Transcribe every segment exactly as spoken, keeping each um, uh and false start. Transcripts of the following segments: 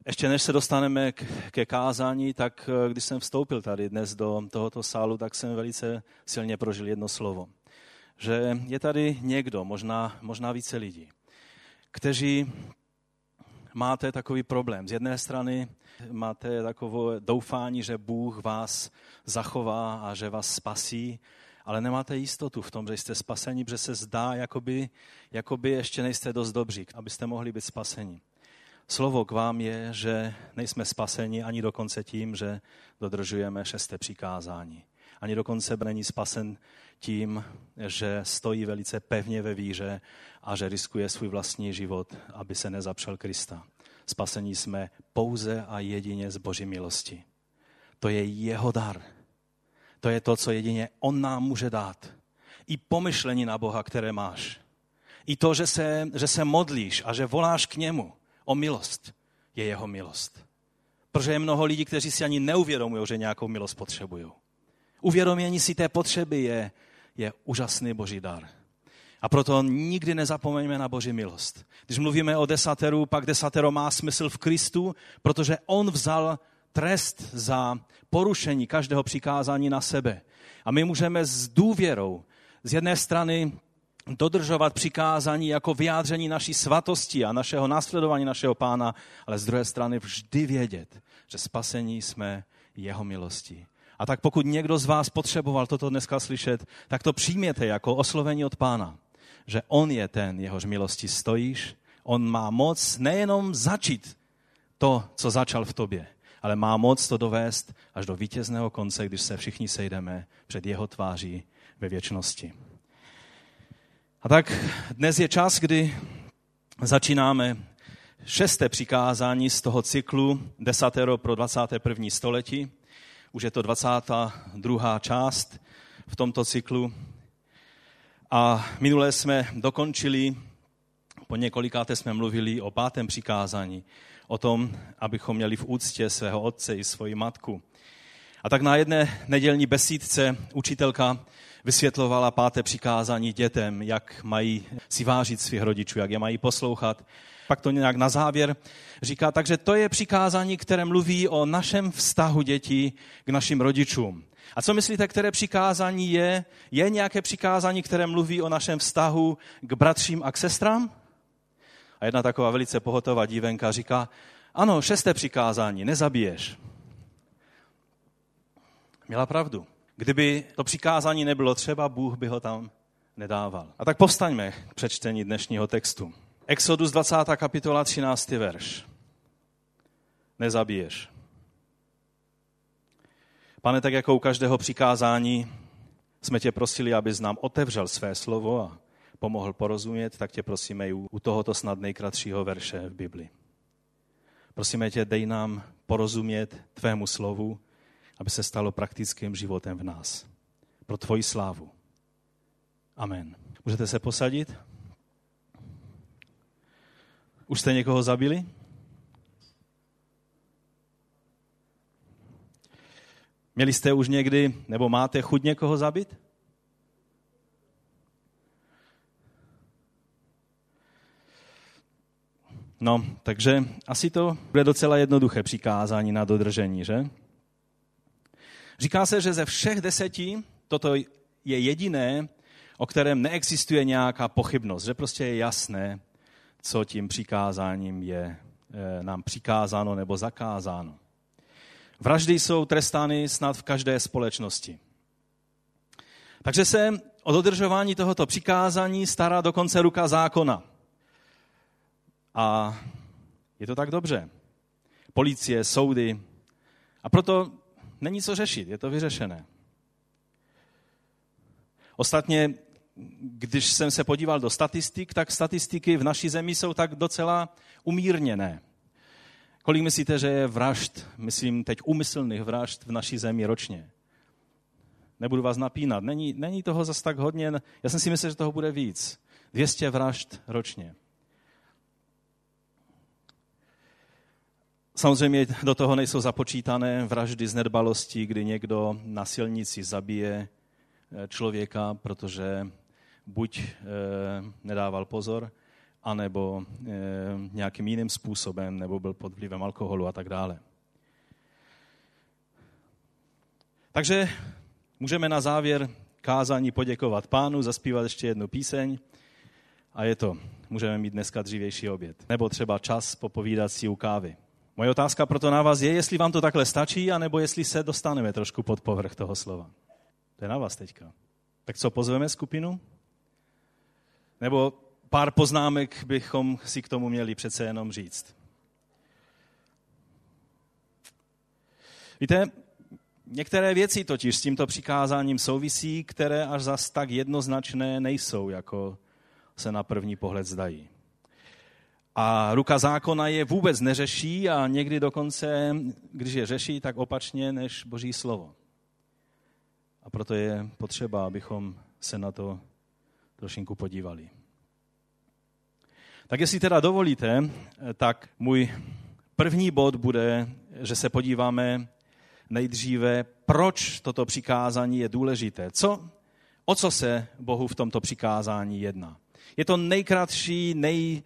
Ještě než se dostaneme k, ke kázání, tak když jsem vstoupil tady dnes do tohoto sálu, tak jsem velice silně prožil jedno slovo. Že je tady někdo, možná, možná více lidí, kteří máte takový problém. Z jedné strany máte takové doufání, že Bůh vás zachová a že vás spasí, ale nemáte jistotu v tom, že jste spaseni, protože se zdá, jakoby, jakoby ještě nejste dost dobří, abyste mohli být spaseni. Slovo k vám je, že nejsme spaseni ani dokonce tím, že dodržujeme šesté přikázání. Ani dokonce není spasen tím, že stojí velice pevně ve víře a že riskuje svůj vlastní život, aby se nezapřel Krista. Spasení jsme pouze a jedině z Boží milosti. To je jeho dar. To je to, co jedině on nám může dát. I pomyšlení na Boha, které máš. I to, že se, že se modlíš a že voláš k němu o milost, je jeho milost. Protože je mnoho lidí, kteří si ani neuvědomují, že nějakou milost potřebují. Uvědomění si té potřeby je, je úžasný Boží dar. A proto nikdy nezapomeňme na Boží milost. Když mluvíme o desateru, pak desatero má smysl v Kristu, protože on vzal trest za porušení každého přikázání na sebe. A my můžeme s důvěrou z jedné strany dodržovat přikázání jako vyjádření naší svatosti a našeho následování našeho Pána, ale z druhé strany vždy vědět, že spasení jsme jeho milostí. A tak pokud někdo z vás potřeboval toto dneska slyšet, tak to přijměte jako oslovení od Pána, že on je ten, jehož milosti stojíš, on má moc nejenom začít to, co začal v tobě, ale má moc to dovést až do vítězného konce, když se všichni sejdeme před jeho tváří ve věčnosti. A tak dnes je čas, kdy začínáme šesté přikázání z toho cyklu Desatero pro dvacáté první století. Už je to dvacátá druhá část v tomto cyklu. A minule jsme dokončili, po několikáté jsme mluvili o pátém přikázání, o tom, abychom měli v úctě svého otce i svoji matku. A tak na jedné nedělní besídce učitelka vysvětlovala páté přikázání dětem, jak mají si vážit svých rodičů, jak je mají poslouchat. Pak to nějak na závěr říká, takže to je přikázání, které mluví o našem vztahu dětí k našim rodičům. A co myslíte, které přikázání je? Je nějaké přikázání, které mluví o našem vztahu k bratřím a k sestrám? A jedna taková velice pohotová dívenka říká, ano, šesté přikázání, nezabiješ. Měla pravdu. Kdyby to přikázání nebylo třeba, Bůh by ho tam nedával. A tak povstaňme k přečtení dnešního textu. Exodus dvacátá kapitola třináctý verš. Nezabiješ. Pane, tak jako u každého přikázání jsme tě prosili, abys nám otevřel své slovo a pomohl porozumět, tak tě prosíme i u tohoto snad nejkratšího verše v Bibli. Prosíme tě, dej nám porozumět tvému slovu, aby se stalo praktickým životem v nás. Pro tvoji slávu. Amen. Můžete se posadit? Už jste někoho zabili? Měli jste už někdy, nebo máte chuť někoho zabít? No, takže asi to bude docela jednoduché přikázání na dodržení, že? Říká se, že ze všech deseti toto je jediné, o kterém neexistuje nějaká pochybnost, že prostě je jasné, co tím přikázáním je nám přikázáno nebo zakázáno. Vraždy jsou trestány snad v každé společnosti. Takže se o dodržování tohoto přikázání stará dokonce ruka zákona. A je to tak dobře. Policie, soudy. A proto není co řešit, je to vyřešené. Ostatně, když jsem se podíval do statistik, tak statistiky v naší zemi jsou tak docela umírněné. Kolik myslíte, že je vražd, myslím teď úmyslných vražd v naší zemi ročně? Nebudu vás napínat, není, není toho zas tak hodně, já jsem si myslel, že toho bude víc. dvě stě vražd ročně. Samozřejmě do toho nejsou započítané vraždy z nedbalosti, kdy někdo na silnici zabije člověka, protože buď e, nedával pozor, anebo e, nějakým jiným způsobem, nebo byl pod vlivem alkoholu a tak dále. Takže můžeme na závěr kázání poděkovat Pánu, zaspívat ještě jednu píseň a je to. Můžeme mít dneska dřívější oběd. Nebo třeba čas popovídat si u kávy. Moje otázka proto na vás je, jestli vám to takhle stačí, anebo jestli se dostaneme trošku pod povrch toho slova. To je na vás teďka. Tak co, pozveme skupinu? Nebo pár poznámek bychom si k tomu měli přece jenom říct. Víte, některé věci totiž s tímto přikázáním souvisí, které až zas tak jednoznačné nejsou, jako se na první pohled zdají. A ruka zákona je vůbec neřeší a někdy dokonce, když je řeší, tak opačně než Boží slovo. A proto je potřeba, abychom se na to trošinku podívali. Tak jestli teda dovolíte, tak můj první bod bude, že se podíváme nejdříve, proč toto přikázání je důležité. Co, o co se Bohu v tomto přikázání jedná. Je to nejkratší, nej,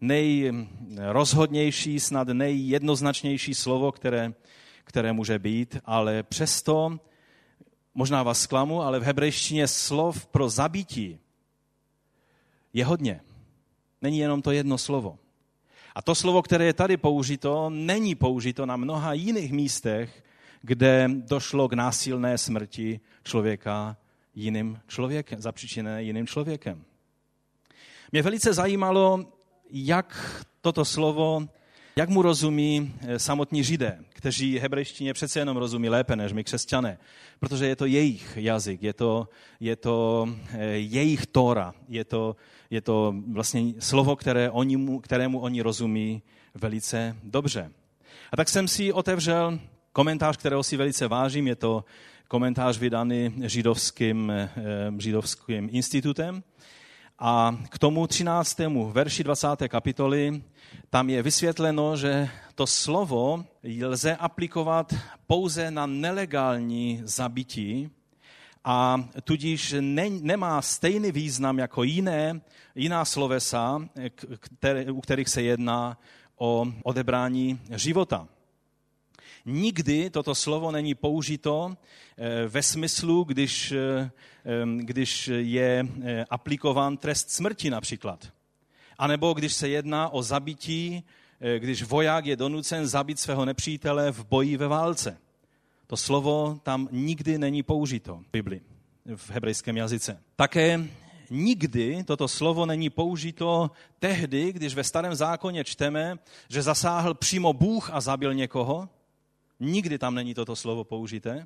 nejrozhodnější, snad nejjednoznačnější slovo, které, které může být, ale přesto, možná vás zklamu, ale v hebrejštině slov pro zabití je hodně. Není jenom to jedno slovo. A to slovo, které je tady použito, není použito na mnoha jiných místech, kde došlo k násilné smrti člověka jiným člověkem, zapříčiněné jiným člověkem. Mě velice zajímalo, jak toto slovo, jak mu rozumí samotní Židé, kteří hebrejštině přece jenom rozumí lépe než my křesťané, protože je to jejich jazyk, je to, je to jejich Tóra, je to, je to vlastně slovo, které oni, kterému oni rozumí velice dobře. A tak jsem si otevřel komentář, kterého si velice vážím, je to komentář vydaný židovským, židovským institutem. A k tomu třináctému verši dvacáté kapitoly tam je vysvětleno, že to slovo lze aplikovat pouze na nelegální zabití a tudíž ne, nemá stejný význam jako jiné, jiná slovesa, které, u kterých se jedná o odebrání života. Nikdy toto slovo není použito ve smyslu, když, když je aplikován trest smrti například. A nebo když se jedná o zabití, když voják je donucen zabít svého nepřítele v boji ve válce. To slovo tam nikdy není použito v Bibli, v hebrejském jazyce. Také nikdy toto slovo není použito tehdy, když ve Starém zákoně čteme, že zasáhl přímo Bůh a zabil někoho. Nikdy tam není toto slovo použité.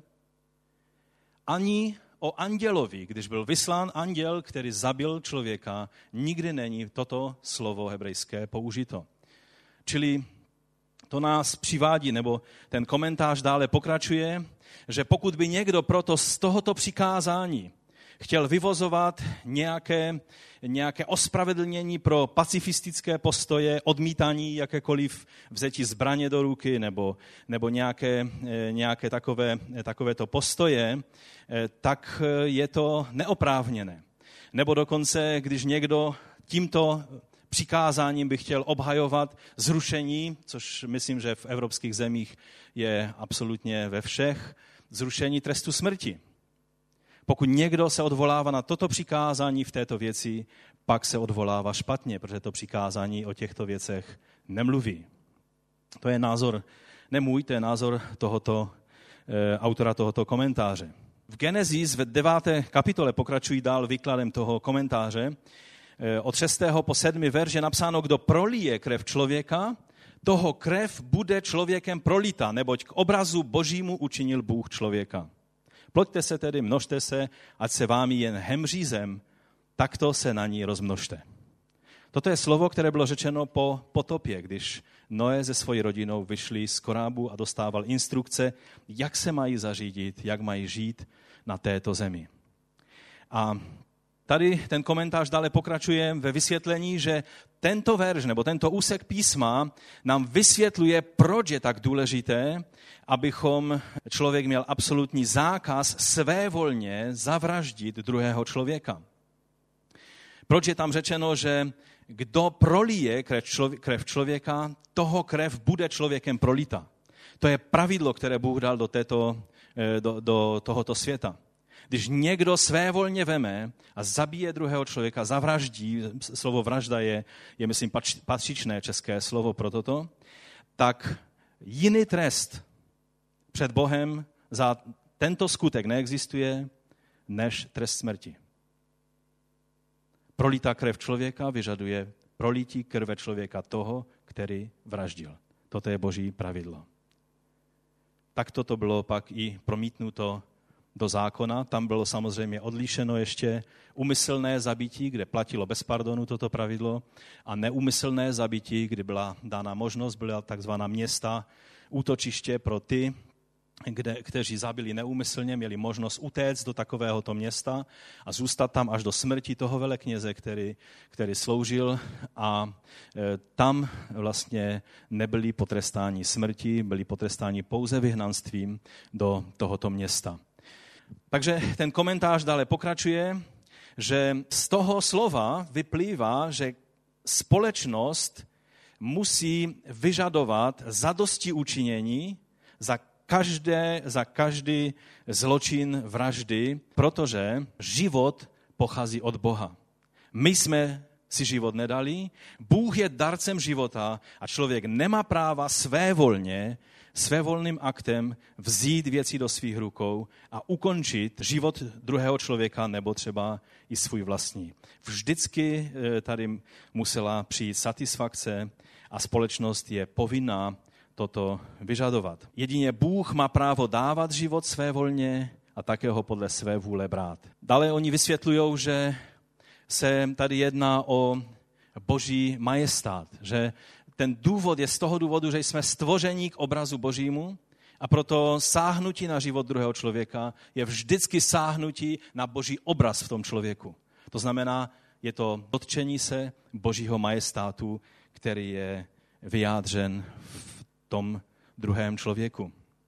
Ani o andělovi, když byl vyslán anděl, který zabil člověka, nikdy není toto slovo hebrejské použito. Čili to nás přivádí, nebo ten komentář dále pokračuje, že pokud by někdo proto z tohoto přikázání chtěl vyvozovat nějaké, nějaké ospravedlnění pro pacifistické postoje, odmítání jakékoliv vzetí zbraně do ruky nebo, nebo nějaké, nějaké takové, takovéto postoje, tak je to neoprávněné. Nebo dokonce, když někdo tímto přikázáním by chtěl obhajovat zrušení, což myslím, že v evropských zemích je absolutně ve všech, zrušení trestu smrti. Pokud někdo se odvolává na toto přikázání v této věci, pak se odvolává špatně, protože to přikázání o těchto věcech nemluví. To je názor ne můj, to je názor tohoto, e, autora tohoto komentáře. V Genesis v deváté kapitole pokračují dál výkladem toho komentáře. E, od šestého po sedmý verš je napsáno, kdo prolije krev člověka, toho krev bude člověkem prolita, neboť k obrazu Božímu učinil Bůh člověka. Ploďte se tedy, množte se, ať se vámi jen hemří zem, takto se na ní rozmnožte. Toto je slovo, které bylo řečeno po potopě, když Noé se svojí rodinou vyšli z korábu a dostával instrukce, jak se mají zařídit, jak mají žít na této zemi. A tady ten komentář dále pokračuje ve vysvětlení, že tento verš nebo tento úsek písma nám vysvětluje, proč je tak důležité, abychom člověk měl absolutní zákaz svévolně zavraždit druhého člověka. Proč je tam řečeno, že kdo prolije krev, člově- krev člověka, toho krev bude člověkem prolita. To je pravidlo, které Bůh dal do, této, do, do tohoto světa. Když někdo svévolně veme a zabije druhého člověka, zavraždí, slovo vražda je, je myslím, patřičné české slovo pro toto, tak jiný trest před Bohem za tento skutek neexistuje, než trest smrti. Prolitá krev člověka vyžaduje prolití krve člověka toho, který vraždil. Toto je Boží pravidlo. Tak toto bylo pak i promítnuto do zákona. Tam bylo samozřejmě odlišeno ještě úmyslné zabití, kde platilo bez pardonu toto pravidlo, a neúmyslné zabití, kdy byla dána možnost, byla takzvaná města, útočiště pro ty, kde, kteří zabili neúmyslně, měli možnost utéct do takovéhoto města a zůstat tam až do smrti toho velekněze, který, který sloužil, a e, tam vlastně nebyli potrestáni smrti, byli potrestáni pouze vyhnanstvím do tohoto města. Takže ten komentář dále pokračuje, že z toho slova vyplývá, že společnost musí vyžadovat zadostiučinění za Každé, za každý zločin vraždy, protože život pochází od Boha. My jsme si život nedali, Bůh je darcem života a člověk nemá práva svévolně, svévolným aktem vzít věci do svých rukou a ukončit život druhého člověka nebo třeba i svůj vlastní. Vždycky tady musela přijít satisfakce a společnost je povinná toto vyžadovat. Jedině Bůh má právo dávat život svévolně a také ho podle své vůle brát. Dále oni vysvětlují, že se tady jedná o Boží majestát, že ten důvod je z toho důvodu, že jsme stvoření k obrazu Božímu a proto sáhnutí na život druhého člověka je vždycky sáhnutí na Boží obraz v tom člověku. To znamená, je to dotčení se Božího majestátu, který je vyjádřen v tom druhém člověku.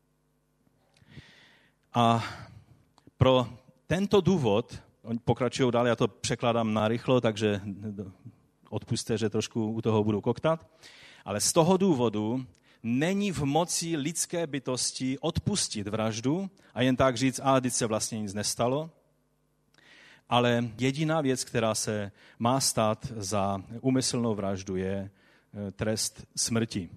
A pro tento důvod, oni pokračují dále, já to překládám narychlo, takže odpusťte, že trošku u toho budu koktat, ale z toho důvodu není v moci lidské bytosti odpustit vraždu a jen tak říct, a teď se vlastně nic nestalo, ale jediná věc, která se má stát za úmyslnou vraždu, je trest smrti.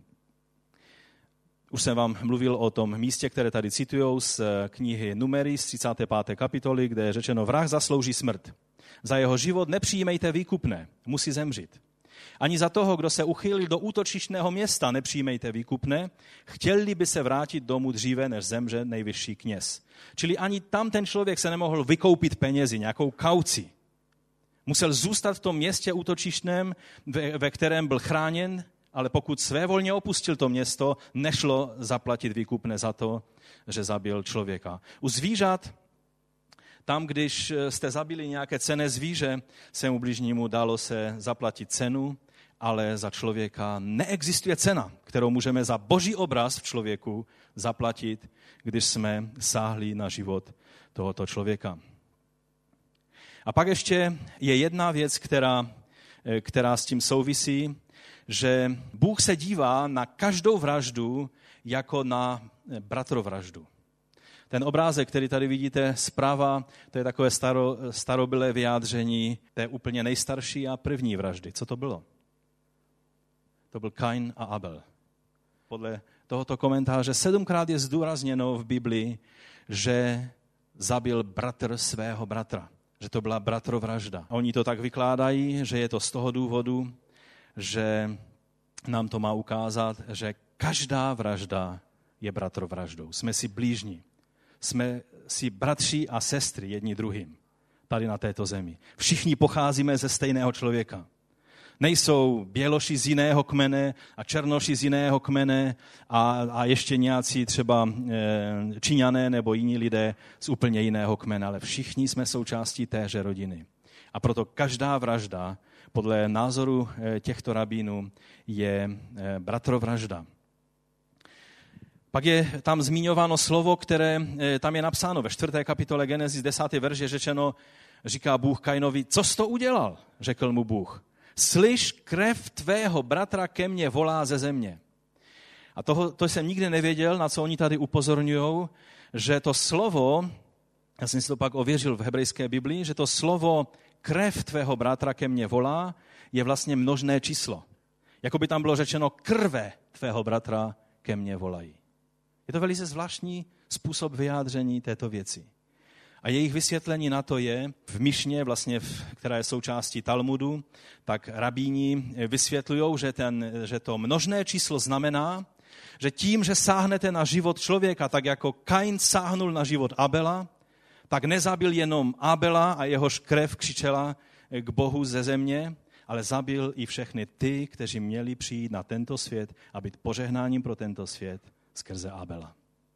Už jsem vám mluvil o tom místě, které tady citujou z knihy Numery z třicáté páté kapitoly, kde je řečeno, vrah zaslouží smrt. Za jeho život nepřijímejte výkupné, musí zemřít. Ani za toho, kdo se uchýlil do útočištného města, nepřijímejte výkupné, chtěli by se vrátit domů dříve, než zemře nejvyšší kněz. Čili ani tam ten člověk se nemohl vykoupit penězi, nějakou kauci. Musel zůstat v tom městě útočištném, ve, ve kterém byl chráněn, ale pokud svévolně opustil to město, nešlo zaplatit výkupné za to, že zabil člověka. U zvířat, tam, když jste zabili nějaké cenné zvíře, svému bližnímu dalo se zaplatit cenu, ale za člověka neexistuje cena, kterou můžeme za Boží obraz v člověku zaplatit, když jsme sáhli na život tohoto člověka. A pak ještě je jedna věc, která, která s tím souvisí, že Bůh se dívá na každou vraždu jako na bratrovraždu. Ten obrázek, který tady vidíte zprava, to je takové staro, starobylé vyjádření té úplně nejstarší a první vraždy. Co to bylo? To byl Kain a Abel. Podle tohoto komentáře sedmkrát je zdůrazněno v Biblii, že zabil bratr svého bratra. Že to byla bratrovražda. A oni to tak vykládají, že je to z toho důvodu, že nám to má ukázat, že každá vražda je bratrovraždou. Jsme si blížní. Jsme si bratři a sestry jedni druhým tady na této zemi. Všichni pocházíme ze stejného člověka. Nejsou běloši z jiného kmene a černoši z jiného kmene a, a ještě nějací třeba e, Číňané nebo jiní lidé z úplně jiného kmene, ale všichni jsme součástí téže rodiny. A proto každá vražda podle názoru těchto rabínů je bratrovražda. Pak je tam zmiňováno slovo, které tam je napsáno ve čtvrté kapitole Genesis, desátý verš je řečeno, říká Bůh Kainovi, co jsi to udělal, řekl mu Bůh. Slyš, krev tvého bratra ke mně volá ze země. A toho, to jsem nikdy nevěděl, na co oni tady upozorňují, že to slovo, já jsem si to pak ověřil v hebrejské Biblii, že to slovo krev tvého bratra ke mně volá je vlastně množné číslo. Jako by tam bylo řečeno krve tvého bratra ke mně volají. Je to velice zvláštní způsob vyjádření této věci. A jejich vysvětlení na to je v Mišně, vlastně, která je součástí Talmudu, tak rabíni vysvětlují, že, ten, že to množné číslo znamená, že tím, že sáhnete na život člověka, tak jako Kain sáhnul na život Abela, tak nezabil jenom Abela a jehož krev křičela k Bohu ze země, ale zabil i všechny ty, kteří měli přijít na tento svět a být požehnáním pro tento svět skrze Abela.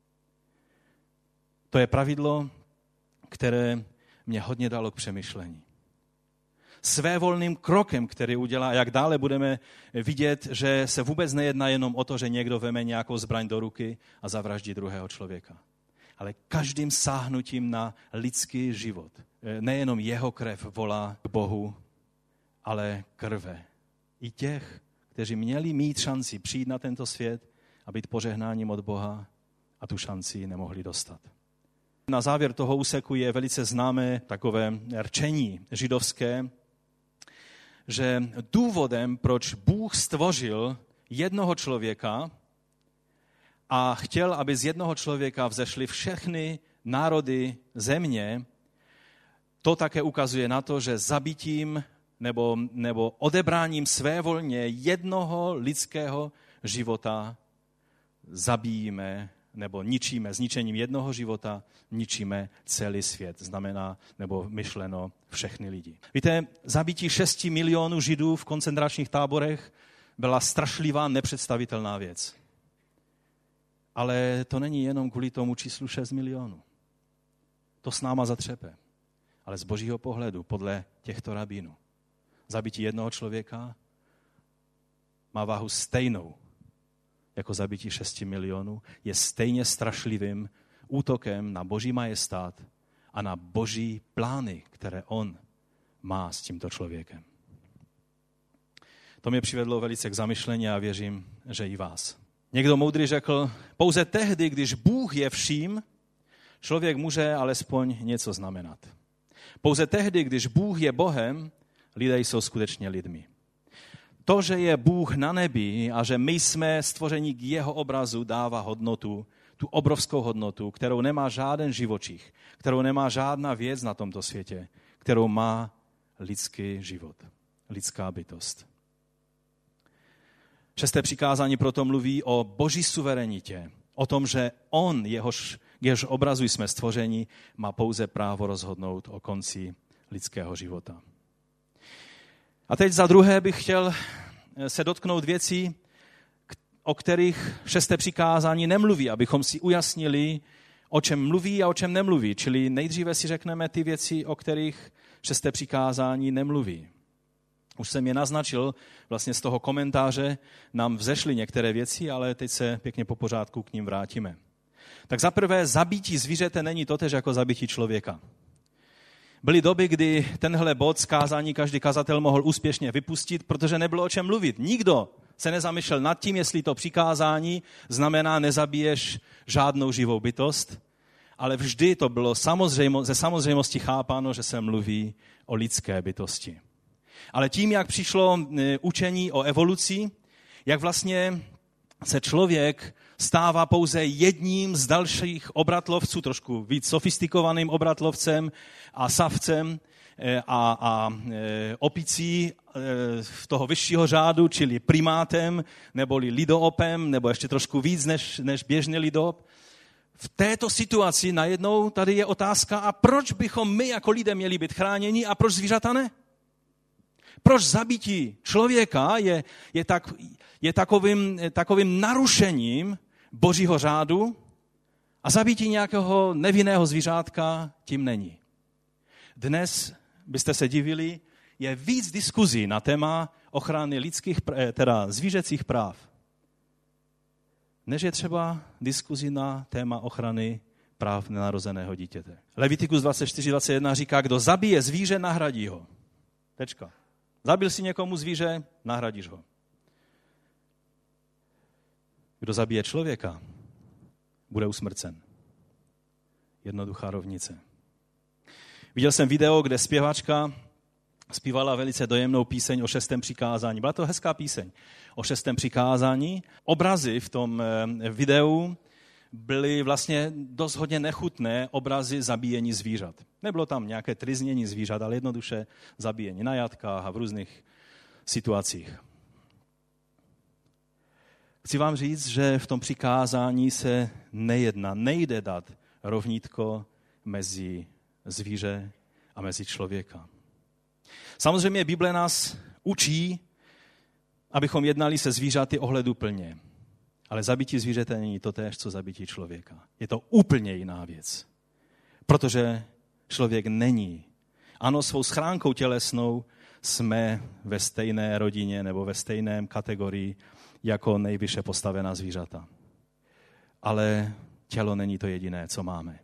To je pravidlo, které mě hodně dalo k přemýšlení. Svévolným krokem, který udělá, jak dále budeme vidět, že se vůbec nejedná jenom o to, že někdo veme nějakou zbraň do ruky a zavraždí druhého člověka. Ale každým sáhnutím na lidský život. Nejenom jeho krev volá k Bohu, ale krve. I těch, kteří měli mít šanci přijít na tento svět a být požehnáním od Boha a tu šanci nemohli dostat. Na závěr toho úseku je velice známé takové rčení židovské, že důvodem, proč Bůh stvořil jednoho člověka a chtěl, aby z jednoho člověka vzešly všechny národy země, to také ukazuje na to, že zabitím nebo, nebo odebráním svévolně jednoho lidského života zabijíme nebo ničíme, zničením jednoho života ničíme celý svět. Znamená, nebo myšleno všechny lidi. Víte, zabití šesti milionů Židů v koncentračních táborech byla strašlivá, nepředstavitelná věc. Ale to není jenom kvůli tomu číslu šest milionů. To s náma zatřepe. Ale z božího pohledu, podle těchto rabínů, zabití jednoho člověka má váhu stejnou jako zabití šesti milionů, je stejně strašlivým útokem na boží majestát a na boží plány, které on má s tímto člověkem. To mě přivedlo velice k zamyšlení a věřím, že i vás. Někdo moudrý řekl, pouze tehdy, když Bůh je vším, člověk může alespoň něco znamenat. Pouze tehdy, když Bůh je Bohem, lidé jsou skutečně lidmi. To, že je Bůh na nebi a že my jsme stvoření k jeho obrazu, dává hodnotu, tu obrovskou hodnotu, kterou nemá žádný živočich, kterou nemá žádná věc na tomto světě, kterou má lidský život, lidská bytost. Šesté přikázání proto mluví o boží suverenitě, o tom, že on, jehož, jehož obrazu jsme stvoření, má pouze právo rozhodnout o konci lidského života. A teď za druhé bych chtěl se dotknout věcí, o kterých šesté přikázání nemluví, abychom si ujasnili, o čem mluví a o čem nemluví. Čili nejdříve si řekneme ty věci, o kterých šesté přikázání nemluví. Už jsem je naznačil, vlastně z toho komentáře nám vzešly některé věci, ale teď se pěkně po pořádku k ním vrátíme. Tak zaprvé, zabití zvířete není totéž jako zabití člověka. Byly doby, kdy tenhle bod z kázání každý kazatel mohl úspěšně vypustit, protože nebylo o čem mluvit. Nikdo se nezamýšlel nad tím, jestli to přikázání znamená nezabiješ žádnou živou bytost, ale vždy to bylo samozřejmo, ze samozřejmosti chápáno, že se mluví o lidské bytosti. Ale tím, jak přišlo učení o evoluci, jak vlastně se člověk stává pouze jedním z dalších obratlovců, trošku víc sofistikovaným obratlovcem a savcem a, a opicí v toho vyššího řádu, čili primátem, neboli lidoopem, nebo ještě trošku víc než, než běžný lidoop. V této situaci najednou tady je otázka, a proč bychom my jako lidé měli být chráněni a proč zvířata ne? Proč zabití člověka je, je, tak, je takovým, takovým narušením božího řádu a zabití nějakého nevinného zvířátka tím není. Dnes, byste se divili, je víc diskuzí na téma ochrany lidských, teda zvířecích práv, než je třeba diskuzí na téma ochrany práv nenarozeného dítěte. Levitikus dvacet čtyři dvacet jedna říká, kdo zabije zvíře, nahradí ho. Tečka. Zabil si někomu zvíře, nahradíš ho. Kdo zabije člověka, bude usmrcen. Jednoduchá rovnice. Viděl jsem video, kde zpěvačka zpívala velice dojemnou píseň o šestém přikázání. Byla to hezká píseň o šestém přikázání. Obrazy v tom videu byly vlastně dost hodně nechutné obrazy zabíjení zvířat. Nebylo tam nějaké tryznění zvířat, ale jednoduše zabíjení na jatkách a v různých situacích. Chci vám říct, že v tom přikázání se nejedná, nejde dát rovnítko mezi zvíře a mezi člověka. Samozřejmě Bible nás učí, abychom jednali se zvířaty ohleduplně. Ale zabití zvířete není totéž, co zabití člověka. Je to úplně jiná věc. Protože člověk není. Ano, svou schránkou tělesnou jsme ve stejné rodině nebo ve stejném kategorii jako nejvyšší postavená zvířata. Ale tělo není to jediné, co máme.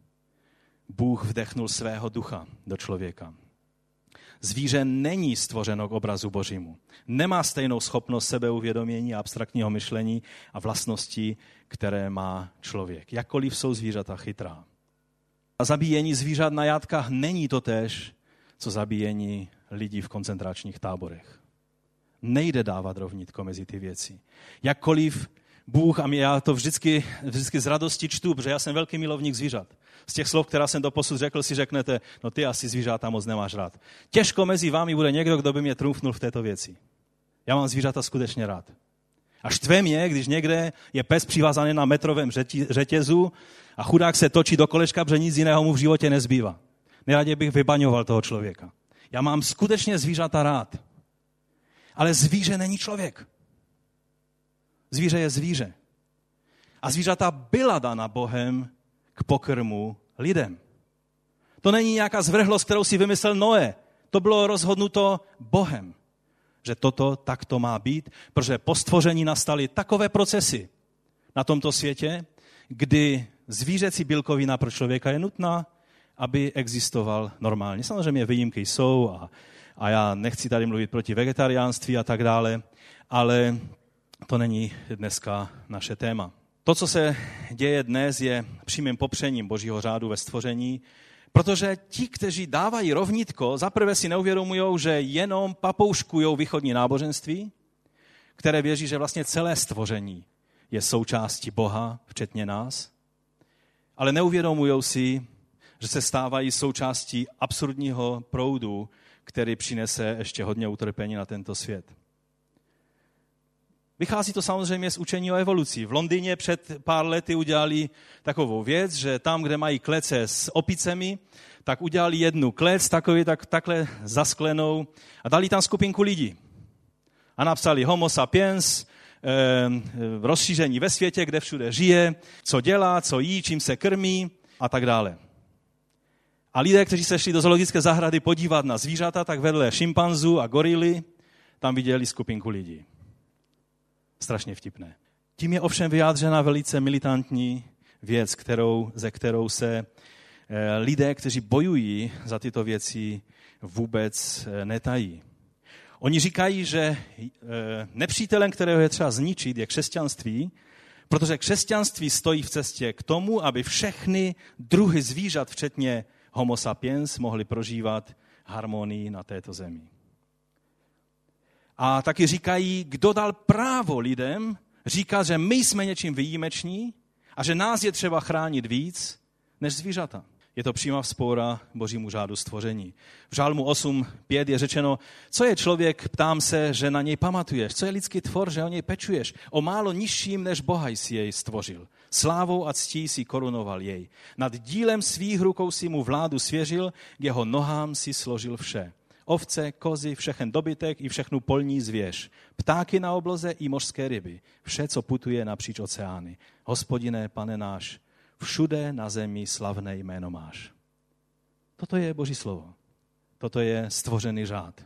Bůh vdechnul svého ducha do člověka. Zvíře není stvořeno k obrazu Božímu. Nemá stejnou schopnost sebeuvědomění a abstraktního myšlení a vlastností, které má člověk. Jakkoliv jsou zvířata chytrá. A zabíjení zvířat na jatkách není totéž, co zabíjení lidí v koncentračních táborech. Nejde dávat rovnítko mezi ty věci. Jakkoliv Bůh, a já to vždycky, vždycky z radosti čtu, protože já jsem velký milovník zvířat. Z těch slov, která jsem doposud řekl, si řeknete, no ty asi zvířata moc nemáš rád. Těžko mezi vámi bude někdo, kdo by mě trumfnul v této věci. Já mám zvířata skutečně rád. A štve mě, když někde je pes přivázaný na metrovém řetězu a chudák se točí do kolečka, protože nic jiného mu v životě nezbývá. Nejraději bych vybaňoval toho člověka. Já mám skutečně zvířata rád. Ale zvíře není člověk. Zvíře je zvíře. A zvířata byla dána Bohem k pokrmu lidem. To není nějaká zvrhlost, kterou si vymyslel Noé. To bylo rozhodnuto Bohem, že toto takto má být, protože po stvoření nastaly takové procesy na tomto světě, kdy zvířecí bílkovina pro člověka je nutná, aby existoval normálně. Samozřejmě výjimky jsou a, a já nechci tady mluvit proti vegetariánství a tak dále, ale to není dneska naše téma. To, co se děje dnes, je přímým popřením Božího řádu ve stvoření, protože ti, kteří dávají rovnítko, zaprvé si neuvědomují, že jenom papouškují východní náboženství, které věří, že vlastně celé stvoření je součástí Boha, včetně nás, ale neuvědomují si, že se stávají součástí absurdního proudu, který přinese ještě hodně utrpení na tento svět. Vychází to samozřejmě z učení o evoluci. V Londýně před pár lety udělali takovou věc, že tam, kde mají klece s opicemi, tak udělali jednu klec, takový, tak, takhle zasklenou a dali tam skupinku lidí. A napsali Homo sapiens, eh, rozšíření ve světě, kde všude žije, co dělá, co jí, čím se krmí a tak dále. A lidé, kteří se šli do zoologické zahrady podívat na zvířata, tak vedle šimpanzů a gorily tam viděli skupinku lidí. Strašně vtipné. Tím je ovšem vyjádřena velice militantní věc, kterou, ze kterou se lidé, kteří bojují za tyto věci, vůbec netají. Oni říkají, že nepřítelem, kterého je třeba zničit, je křesťanství, protože křesťanství stojí v cestě k tomu, aby všechny druhy zvířat, včetně Homo sapiens, mohly prožívat harmonii na této zemi. A taky říkají, kdo dal právo lidem říkat, že my jsme něčím výjimeční a že nás je třeba chránit víc než zvířata. Je to přímá vzpoura Božímu řádu stvoření. V Žálmu osm pět je řečeno, co je člověk, ptám se, že na něj pamatuješ. Co je lidský tvor, že o něj pečuješ. O málo nižším než Boha jsi jej stvořil. Slávou a ctí si korunoval jej. Nad dílem svých rukou si mu vládu svěřil, k jeho nohám si složil vše. Ovce, kozy, všechen dobytek i všechnu polní zvěř. Ptáky na obloze i mořské ryby. Vše, co putuje napříč oceány. Hospodine, Pane náš, všude na zemi slavné jméno máš. Toto je Boží slovo. Toto je stvořený řád.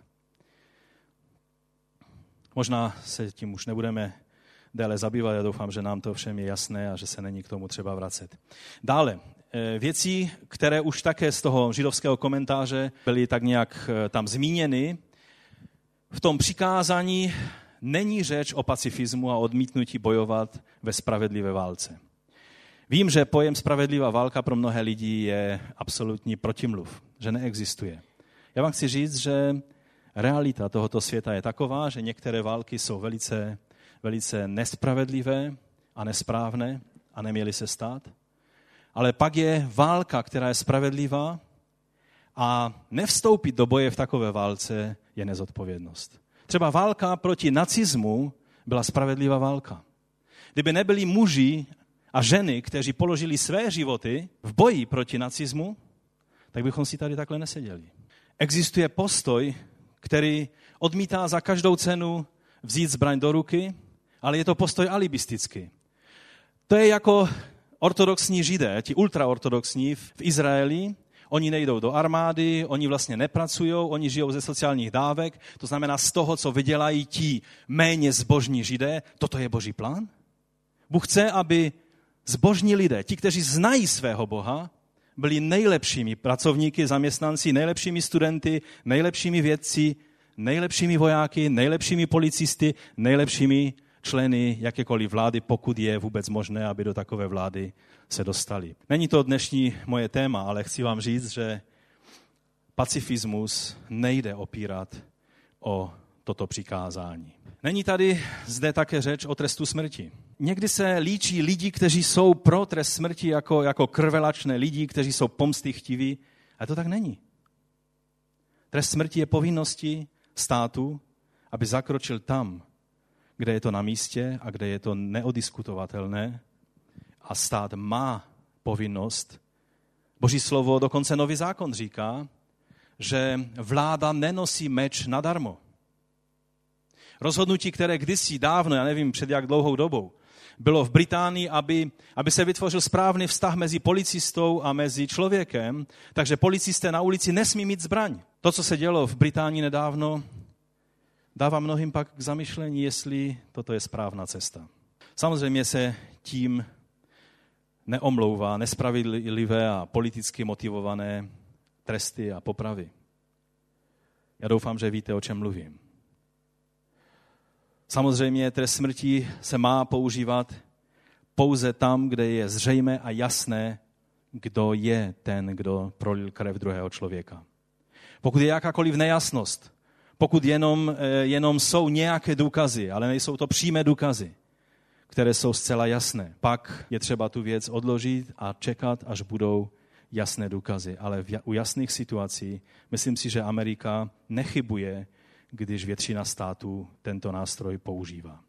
Možná se tím už nebudeme déle zabývat, já doufám, že nám to všem je jasné a že se není k tomu třeba vracet. Dále, věci, které už také z toho židovského komentáře byly tak nějak tam zmíněny, v tom přikázání není řeč o pacifismu a odmítnutí bojovat ve spravedlivé válce. Vím, že pojem spravedlivá válka pro mnohé lidi je absolutní protimluv, že neexistuje. Já vám chci říct, že realita tohoto světa je taková, že některé války jsou velice, velice nespravedlivé a nesprávné a neměly se stát. Ale pak je válka, která je spravedlivá a nevstoupit do boje v takové válce je nezodpovědnost. Třeba válka proti nacismu byla spravedlivá válka. Kdyby nebyli muži a ženy, kteří položili své životy v boji proti nacismu, tak bychom si tady takhle neseděli. Existuje postoj, který odmítá za každou cenu vzít zbraň do ruky, ale je to postoj alibistický. To je jako ortodoxní židé, ti ultraortodoxní v Izraeli. Oni nejdou do armády, oni vlastně nepracují, oni žijou ze sociálních dávek, to znamená z toho, co vydělají ti méně zbožní židé. Toto je Boží plán? Bůh chce, aby zbožní lidé, ti, kteří znají svého Boha, byli nejlepšími pracovníky, zaměstnanci, nejlepšími studenty, nejlepšími vědci, nejlepšími vojáky, nejlepšími policisty, nejlepšími členy jakékoliv vlády, pokud je vůbec možné, aby do takové vlády se dostali. Není to dnešní moje téma, ale chci vám říct, že pacifismus nejde opírat o toto přikázání. Není tady zde také řeč o trestu smrti. Někdy se líčí lidi, kteří jsou pro trest smrti jako, jako krvelačné lidi, kteří jsou pomstychtiví, ale to tak není. Trest smrti je povinností státu, aby zakročil tam, kde je to na místě a kde je to neodiskutovatelné. A stát má povinnost. Boží slovo, dokonce Nový zákon říká, že vláda nenosí meč nadarmo. Rozhodnutí, které kdysi dávno, já nevím před jak dlouhou dobou, bylo v Británii, aby, aby se vytvořil správný vztah mezi policistou a mezi člověkem, takže policisté na ulici nesmí mít zbraň. To, co se dělo v Británii nedávno, dává mnohým pak k zamyšlení, jestli toto je správná cesta. Samozřejmě se tím neomlouvá nespravedlivé a politicky motivované tresty a popravy. Já doufám, že víte, o čem mluvím. Samozřejmě trest smrti se má používat pouze tam, kde je zřejmé a jasné, kdo je ten, kdo prolil krev druhého člověka. Pokud je jakákoliv nejasnost, pokud jenom, jenom jsou nějaké důkazy, ale nejsou to přímé důkazy, které jsou zcela jasné, pak je třeba tu věc odložit a čekat, až budou jasné důkazy. Ale u jasných situací myslím si, že Amerika nechybuje, když většina států tento nástroj používá.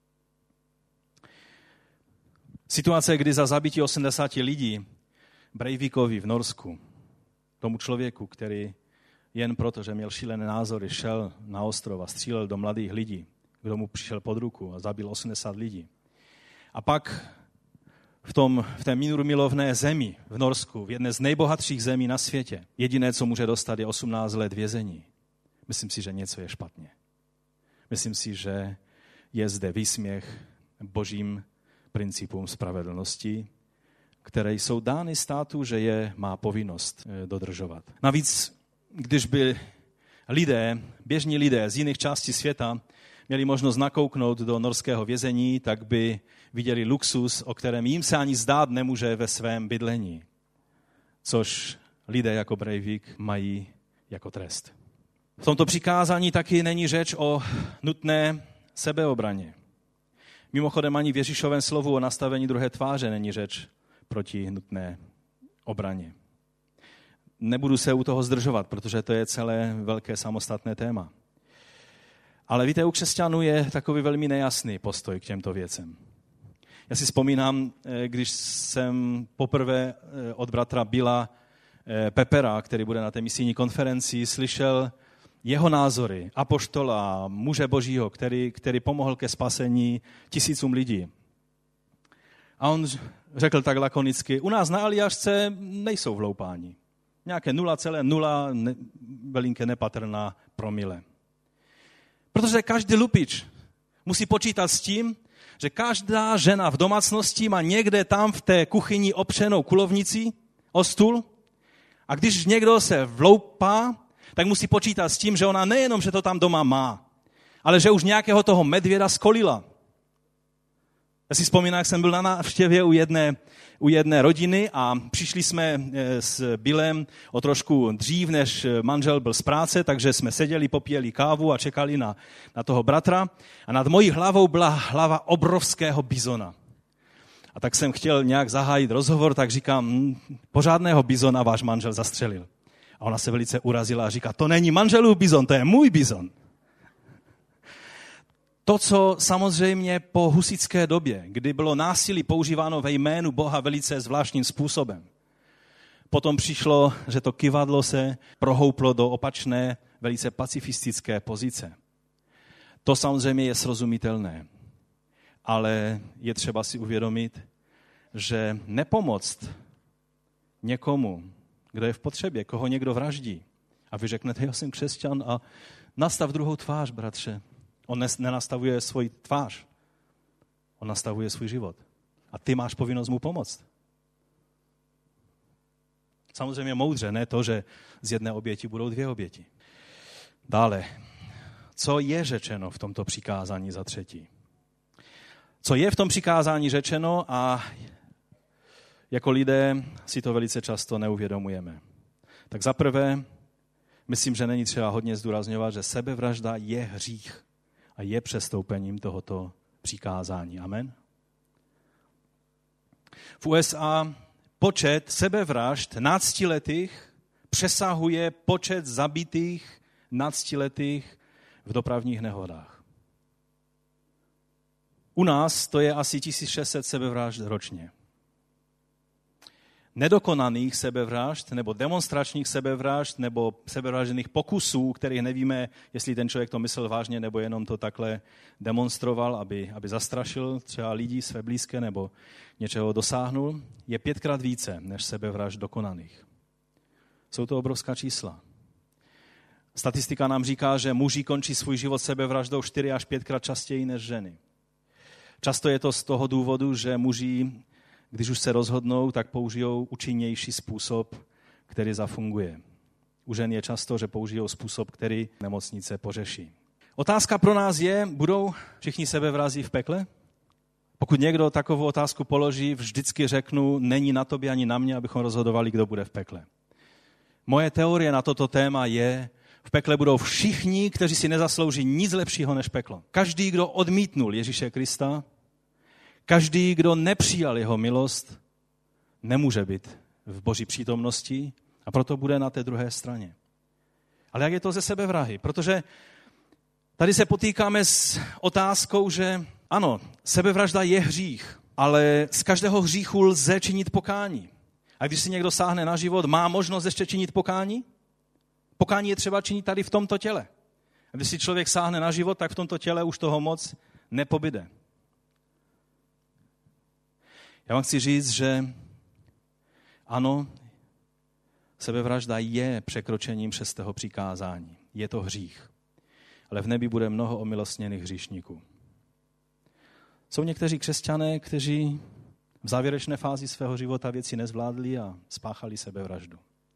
Situace, kdy za zabití osmdesáti lidí Breivikovi v Norsku, tomu člověku, který jen proto, že měl šílené názory, šel na ostrov a střílel do mladých lidí, kdo mu přišel pod ruku a zabil osmdesát lidí. A pak v, tom, v té mírumilovné zemi v Norsku, v jedné z nejbohatších zemí na světě, jediné, co může dostat, je osmnáct let vězení. Myslím si, že něco je špatně. Myslím si, že je zde výsměch božím principům spravedlnosti, které jsou dány státu, že je má povinnost dodržovat. Navíc, když by lidé, běžní lidé z jiných částí světa měli možnost nakouknout do norského vězení, tak by viděli luxus, o kterém jim se ani zdát nemůže ve svém bydlení. Což lidé jako Breivik mají jako trest. V tomto přikázání taky není řeč o nutné sebeobraně. Mimochodem ani v Ježíšovém slovu o nastavení druhé tváře není řeč proti nutné obraně. Nebudu se u toho zdržovat, protože to je celé velké samostatné téma. Ale víte, u křesťanů je takový velmi nejasný postoj k těmto věcem. Já si vzpomínám, když jsem poprvé od bratra Billa Pepera, který bude na té misijní konferenci, slyšel jeho názory, apoštola, muže božího, který, který pomohl ke spasení tisícům lidí. A on řekl tak lakonicky, u nás na Aljašce nejsou vloupání. Nějaké nula celá nula ne, velinké nepatrná promile. Protože každý lupič musí počítat s tím, že každá žena v domácnosti má někde tam v té kuchyni opřenou kulovnici o stůl a když někdo se vloupá, tak musí počítat s tím, že ona nejenom, že to tam doma má, ale že už nějakého toho medvěda skolila. Já si vzpomínám, jak jsem byl na návštěvě u jedné, u jedné rodiny a přišli jsme s Billem o trošku dřív, než manžel byl z práce, takže jsme seděli, popíjeli kávu a čekali na, na toho bratra a nad mojí hlavou byla hlava obrovského bizona. A tak jsem chtěl nějak zahájit rozhovor, tak říkám, hm, pořádného bizona váš manžel zastřelil. A ona se velice urazila a říká, to není manželův bizon, to je můj bizon. To, co samozřejmě po husitské době, kdy bylo násilí používáno ve jménu Boha velice zvláštním způsobem. Potom přišlo, že to kyvadlo se prohouplo do opačné, velice pacifistické pozice. To samozřejmě je srozumitelné, ale je třeba si uvědomit, že nepomoct někomu, kdo je v potřebě, koho někdo vraždí, a vy řeknete, já jsem křesťan a nastav druhou tvář, bratře. On nenastavuje svůj tvář, on nastavuje svůj život. A ty máš povinnost mu pomoct. Samozřejmě moudře, ne to, že z jedné oběti budou dvě oběti. Dále, co je řečeno v tomto přikázání za třetí? Co je v tom přikázání řečeno a jako lidé si to velice často neuvědomujeme. Tak za prvé, myslím, že není třeba hodně zdůrazňovat, že sebevražda je hřích a je přestoupením tohoto přikázání. Amen. V U S A počet sebevražd náctiletých přesahuje počet zabitých náctiletých v dopravních nehodách. U nás to je asi tisíc šest set sebevražd ročně. Nedokonaných sebevražd nebo demonstračních sebevražd nebo sebevražděných pokusů, kterých nevíme, jestli ten člověk to myslel vážně nebo jenom to takhle demonstroval, aby, aby zastrašil třeba lidi své blízké nebo něčeho dosáhnul, je pětkrát více než sebevražd dokonaných. Jsou to obrovská čísla. Statistika nám říká, že muži končí svůj život sebevraždou čtyři až pětkrát častěji než ženy. Často je to z toho důvodu, že muži, když už se rozhodnou, tak použijou účinnější způsob, který zafunguje. U žen je často, že použijou způsob, který nemocnice pořeší. Otázka pro nás je, budou všichni sebevrazi v pekle? Pokud někdo takovou otázku položí, vždycky řeknu, není na tobě ani na mě, abychom rozhodovali, kdo bude v pekle. Moje teorie na toto téma je, v pekle budou všichni, kteří si nezaslouží nic lepšího než peklo. Každý, kdo odmítnul Ježíše Krista, každý, kdo nepřijal jeho milost, nemůže být v Boží přítomnosti a proto bude na té druhé straně. Ale jak je to ze sebevrahy? Protože tady se potýkáme s otázkou, že ano, sebevražda je hřích, ale z každého hříchu lze činit pokání. A když si někdo sáhne na život, má možnost ještě činit pokání? Pokání je třeba činit tady v tomto těle. A když si člověk sáhne na život, tak v tomto těle už toho moc nepobyde. Já vám chci říct, že ano, sebevražda je překročením šestého přikázání. Je to hřích. Ale v nebi bude mnoho omilostněných hříšníků. Jsou někteří křesťané, kteří v závěrečné fázi svého života věci nezvládli a spáchali sebevraždu.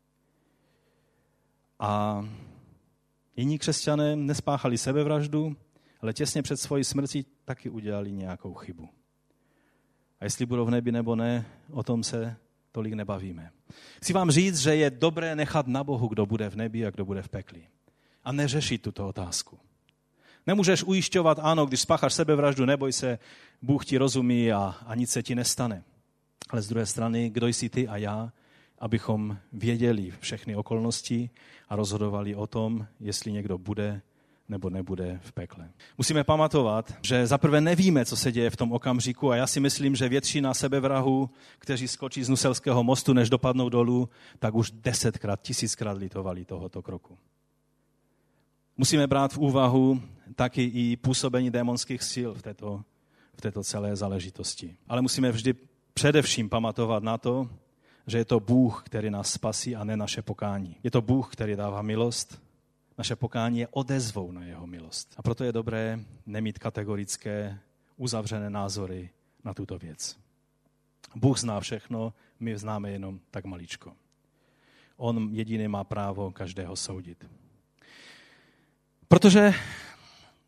A jiní křesťané nespáchali sebevraždu, ale těsně před svojí smrtí taky udělali nějakou chybu. A jestli budou v nebi nebo ne, o tom se tolik nebavíme. Chci vám říct, že je dobré nechat na Bohu, kdo bude v nebi a kdo bude v pekli. A neřešit tuto otázku. Nemůžeš ujišťovat, ano, když spácháš sebevraždu, neboj se, Bůh ti rozumí a, a nic se ti nestane. Ale z druhé strany, kdo jsi ty a já, abychom věděli všechny okolnosti a rozhodovali o tom, jestli někdo bude nebo nebude v pekle. Musíme pamatovat, že zaprvé nevíme, co se děje v tom okamžiku a já si myslím, že většina sebevrahů, kteří skočí z Nuselského mostu, než dopadnou dolů, tak už desetkrát, tisíckrát litovali tohoto kroku. Musíme brát v úvahu taky i působení démonských sil v této, v této celé záležitosti. Ale musíme vždy především pamatovat na to, že je to Bůh, který nás spasí a ne naše pokání. Je to Bůh, který dává milost. Naše pokání je odezvou na jeho milost. A proto je dobré nemít kategorické, uzavřené názory na tuto věc. Bůh zná všechno, my známe jenom tak maličko. On jediný má právo každého soudit. Protože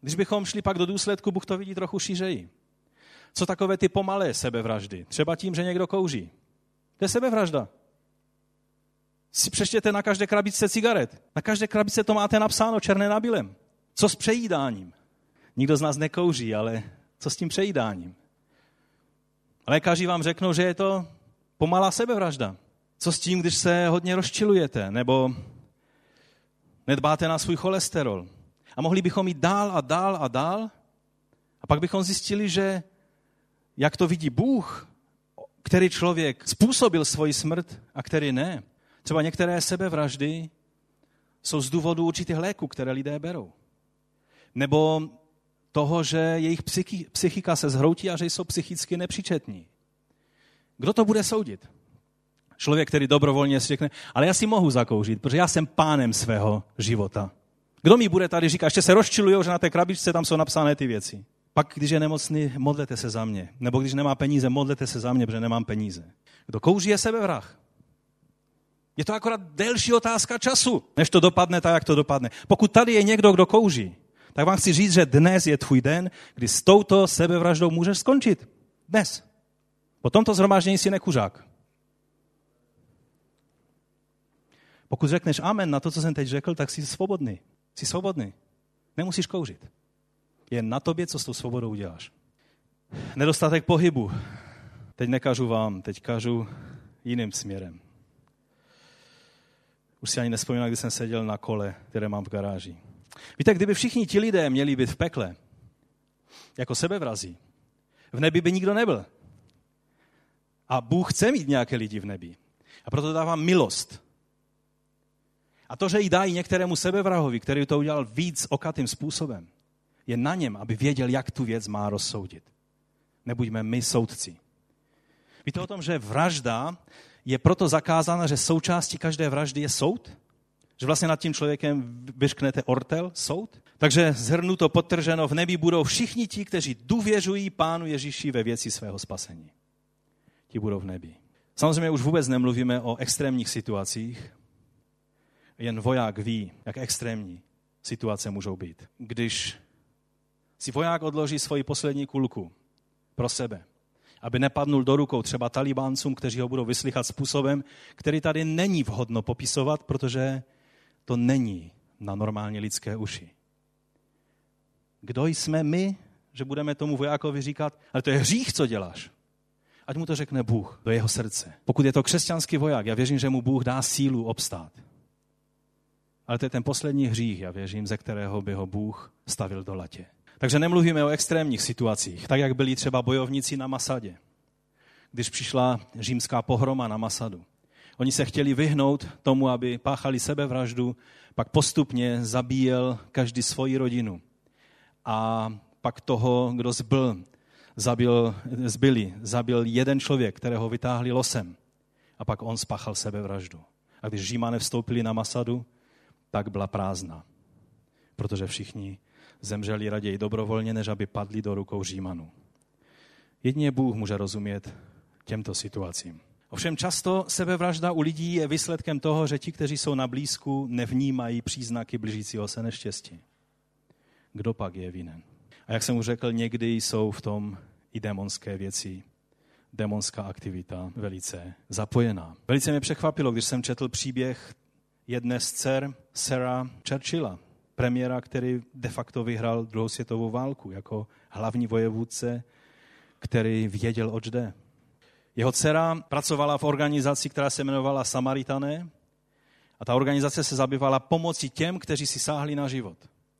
Když bychom šli pak do důsledku, Bůh to vidí trochu šířeji. Co takové ty pomalé sebevraždy? Třeba tím, že někdo kouří. To je sebevražda. Si přečtěte na každé krabičce cigaret. Na každé krabičce to máte napsáno černé na bílém. Co s přejídáním? Nikdo z nás nekouří, ale co s tím přejídáním? Lékaři vám řeknou, že je to pomalá sebevražda. Co s tím, když se hodně rozčilujete, nebo nedbáte na svůj cholesterol? A mohli bychom jít dál a dál a dál. A pak bychom zjistili, že jak to vidí Bůh, který člověk způsobil svoji smrt a který ne. Třeba některé sebevraždy jsou z důvodu určitých léků, které lidé berou. Nebo toho, že jejich psychi, psychika se zhroutí a že jsou psychicky nepříčetní. Kdo to bude soudit? Člověk, který dobrovolně si řekne, ale já si mohu zakouřit, protože já jsem pánem svého života. Kdo mi bude tady říkat, ještě se rozčilujou, že na té krabičce tam jsou napsané ty věci. Pak, když je nemocný, modlete se za mě. Nebo když nemá peníze, modlete se za mě, protože nemám peníze. Kdo kouří, je sebevrah. Je to akorát delší otázka času, než to dopadne tak, jak to dopadne. Pokud tady je někdo, kdo kouří, tak vám chci říct, že dnes je tvůj den, kdy s touto sebevraždou můžeš skončit. Dnes. Po tomto shromáždění si nekuřák. Pokud řekneš amen na to, co jsem teď řekl, tak jsi svobodný. Jsi svobodný. Nemusíš kouřit. Je na tobě, co s tou svobodou uděláš. Nedostatek pohybu. Teď nekažu vám, teď kažu jiným směrem. Už si ani nespomínám, kdy jsem seděl na kole, které mám v garáži. Víte, kdyby všichni ti lidé měli být v pekle, jako sebevrazí, v nebi by nikdo nebyl. A Bůh chce mít nějaké lidi v nebi. A proto dává milost. A to, že jí dají některému sebevrahovi, který to udělal víc okatým způsobem, je na něm, aby věděl, jak tu věc má rozsoudit. Nebuďme my soudci. Víte o tom, že vražda je proto zakázána, že součástí každé vraždy je soud? Že vlastně nad tím člověkem vyšknete ortel, soud? Takže shrnuto, podtrženo, v nebi budou všichni ti, kteří důvěřují Pánu Ježíši ve věci svého spasení. Ti budou v nebi. Samozřejmě už vůbec nemluvíme o extrémních situacích. Jen voják ví, jak extrémní situace můžou být. Když si voják odloží svoji poslední kulku pro sebe, aby nepadnul do rukou třeba talibáncům, kteří ho budou vyslychat způsobem, který tady není vhodno popisovat, protože to není na normálně lidské uši. Kdo jsme my, že budeme tomu vojákovi říkat, ale to je hřích, co děláš. Ať mu to řekne Bůh do jeho srdce. Pokud je to křesťanský voják, já věřím, že mu Bůh dá sílu obstát. Ale to je ten poslední hřích, já věřím, ze kterého by ho Bůh stavil do latě. Takže nemluvíme o extrémních situacích, tak jak byli třeba bojovníci na Masadě, když přišla římská pohroma na Masadu. Oni se chtěli vyhnout tomu, aby páchali sebevraždu, pak postupně zabíjel každý svoji rodinu. A pak toho, kdo zbyl, zabil, zbyli, zabil jeden člověk, kterého vytáhli losem. A pak on spáchal sebevraždu. A když Římané vstoupili na Masadu, tak byla prázdná. Protože všichni zemřeli raději dobrovolně, než aby padli do rukou Římanů. Jedině Bůh může rozumět těmto situacím. Ovšem často sebevražda u lidí je výsledkem toho, že ti, kteří jsou na blízku, nevnímají příznaky blížícího se neštěstí. Kdo pak je vinen? A jak jsem už řekl, někdy jsou v tom i démonské věci, démonská aktivita velice zapojená. Velice mě překvapilo, když jsem četl příběh jedné z dcer Sarah Churchilla, premiéra, který de facto vyhrál druhou světovou válku jako hlavní vojevůdce, který věděl, oč jde. Jeho dcera pracovala v organizaci, která se jmenovala Samaritané a ta organizace se zabývala pomocí těm, kteří si sáhli na život.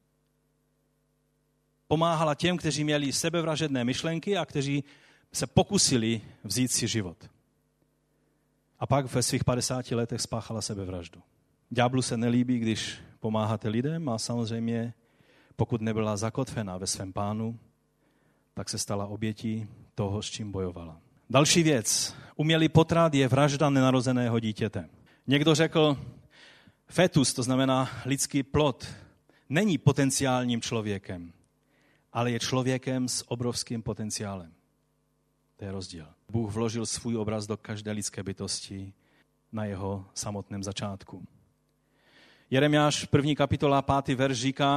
Pomáhala těm, kteří měli sebevražedné myšlenky a kteří se pokusili vzít si život. A pak ve svých padesáti letech spáchala sebevraždu. Ďáblu se nelíbí, když pomáháte lidem a samozřejmě, pokud nebyla zakotvená ve svém Pánu, tak se stala obětí toho, s čím bojovala. Další věc. Umělý potrat je vražda nenarozeného dítěte. Někdo řekl, fetus, to znamená lidský plod, není potenciálním člověkem, ale je člověkem s obrovským potenciálem. To je rozdíl. Bůh vložil svůj obraz do každé lidské bytosti na jeho samotném začátku. Jeremiáš první kapitola, pátý verš říká,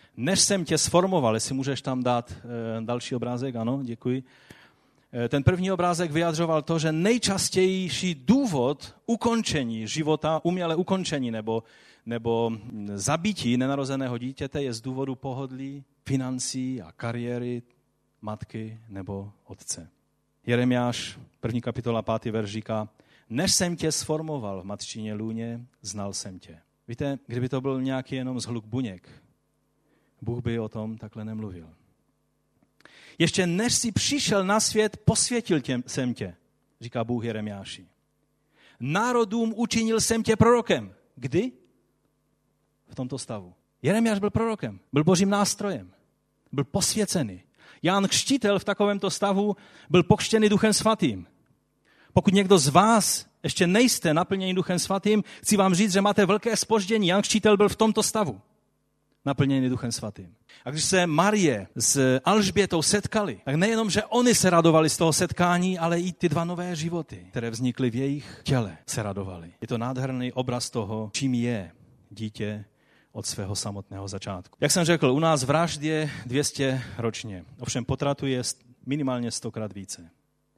Než jsem tě sformoval, jestli můžeš tam dát e, další obrázek, ano, děkuji. E, ten první obrázek vyjadřoval to, že nejčastější důvod ukončení života, umělé ukončení nebo, nebo zabití nenarozeného dítěte je z důvodu pohodlí, financí a kariéry matky nebo otce. Jeremiáš, první kapitola, pátý verš říká, než jsem tě sformoval v matčině lůně, znal jsem tě. Víte, kdyby to byl nějaký jenom zhluk buněk, Bůh by o tom takhle nemluvil. Ještě než jsi přišel na svět, posvětil tě, jsem tě, říká Bůh Jeremiáši. Národům učinil jsem tě prorokem. Kdy? V tomto stavu. Jeremiáš byl prorokem, byl božím nástrojem, byl posvěcený. Jan Křtitel v takovémto stavu byl pokřtěný Duchem svatým. Pokud někdo z vás ještě nejste naplněni Duchem svatým, chci vám říct, že máte velké zpoždění. Jan Křtitel byl v tomto stavu, naplněný Duchem svatým. A když se Marie s Alžbětou setkali, tak nejenom, že oni se radovali z toho setkání, ale i ty dva nové životy, které vznikly v jejich těle, se radovali. Je to nádherný obraz toho, čím je dítě od svého samotného začátku. Jak jsem řekl, u nás vražd je dvě stě ročně, ovšem potratu je minimálně stokrát více.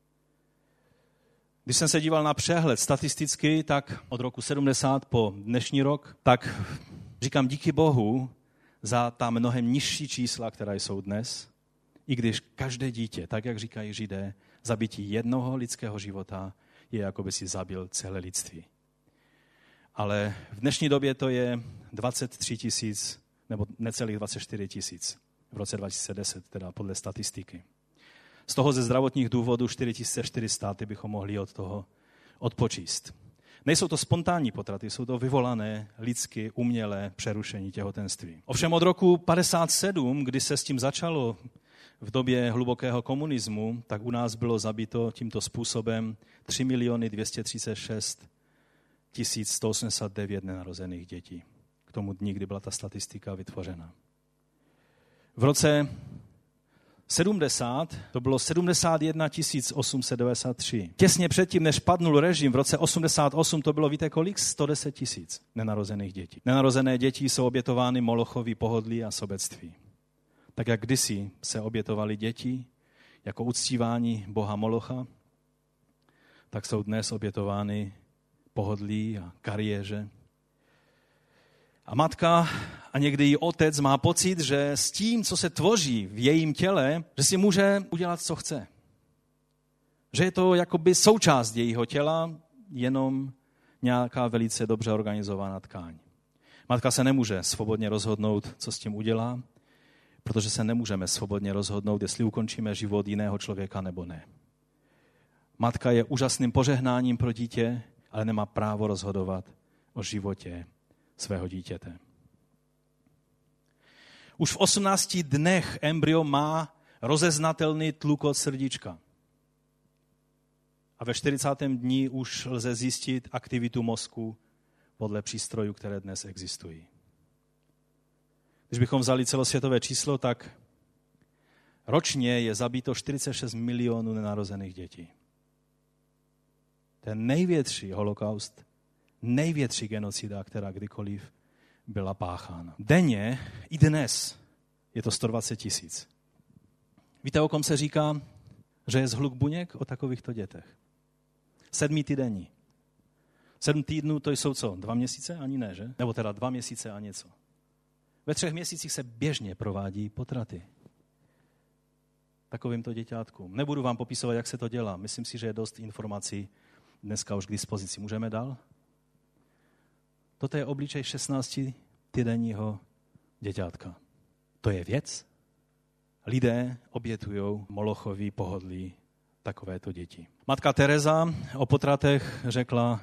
Když jsem se díval na přehled statisticky, tak od roku sedmdesát po dnešní rok, tak říkám díky Bohu za ta mnohem nižší čísla, která jsou dnes, i když každé dítě, tak jak říkají Židé, zabití jednoho lidského života je, jako by si zabil celé lidství. Ale v dnešní době to je dvacet tři tisíc, nebo necelých dvacet čtyři tisíc v roce dva tisíce deset, teda podle statistiky. Z toho ze zdravotních důvodů čtyři tisíce čtyři sta, ty bychom mohli od toho odpočíst. Nejsou to spontánní potraty, jsou to vyvolané lidsky umělé přerušení těhotenství. Ovšem od roku padesát sedm, kdy se s tím začalo v době hlubokého komunismu, tak u nás bylo zabito tímto způsobem tři miliony dvě stě třicet šest tisíc sto osmdesát devět nenarozených dětí. K tomu dní, kdy byla ta statistika vytvořena. V roce sedmdesát to bylo sedmdesát jedna tisíc osm set devadesát tři. Těsně předtím, než padnul režim, v roce osmdesát osm to bylo, víte kolik? sto deset tisíc nenarozených dětí. Nenarozené děti jsou obětovány Molochovi pohodlí a sobectví. Tak jak kdysi se obětovaly děti jako uctívání boha Molocha, tak jsou dnes obětovány pohodlí a kariéře. A matka a někdy i otec má pocit, že s tím, co se tvoří v jejím těle, že si může udělat, co chce. Že je to jakoby součást jejího těla, jenom nějaká velice dobře organizovaná tkáň. Matka se nemůže svobodně rozhodnout, co s tím udělá, protože se nemůžeme svobodně rozhodnout, jestli ukončíme život jiného člověka nebo ne. Matka je úžasným požehnáním pro dítě, ale nemá právo rozhodovat o životě svého dítěte. Už v osmnácti dnech embryo má rozeznatelný tlukot srdíčka. A ve čtyřicátém dni už lze zjistit aktivitu mozku podle přístrojů, které dnes existují. Když bychom vzali celosvětové číslo, tak ročně je zabito čtyřicet šest milionů nenarozených dětí. Ten největší holokaust, největší genocida, která kdykoliv byla páchána. Denně i dnes je to sto dvacet tisíc. Víte, o kom se říká, že je zhluk buněk? O takovýchto dětech. Sedmý týdenní. Sedm týdnů to jsou co? Dva měsíce? Ani ne, že? Nebo teda dva měsíce a něco. Ve třech měsících se běžně provádí potraty takovýmto děťátkům. Nebudu vám popisovat, jak se to dělá. Myslím si, že je dost informací dneska už k dispozici. Můžeme dál? Toto je obličej šestnáctitýdenního děťátka. To je věc? Lidé obětují Molochovi pohodlí takovéto děti. Matka Teresa o potratech řekla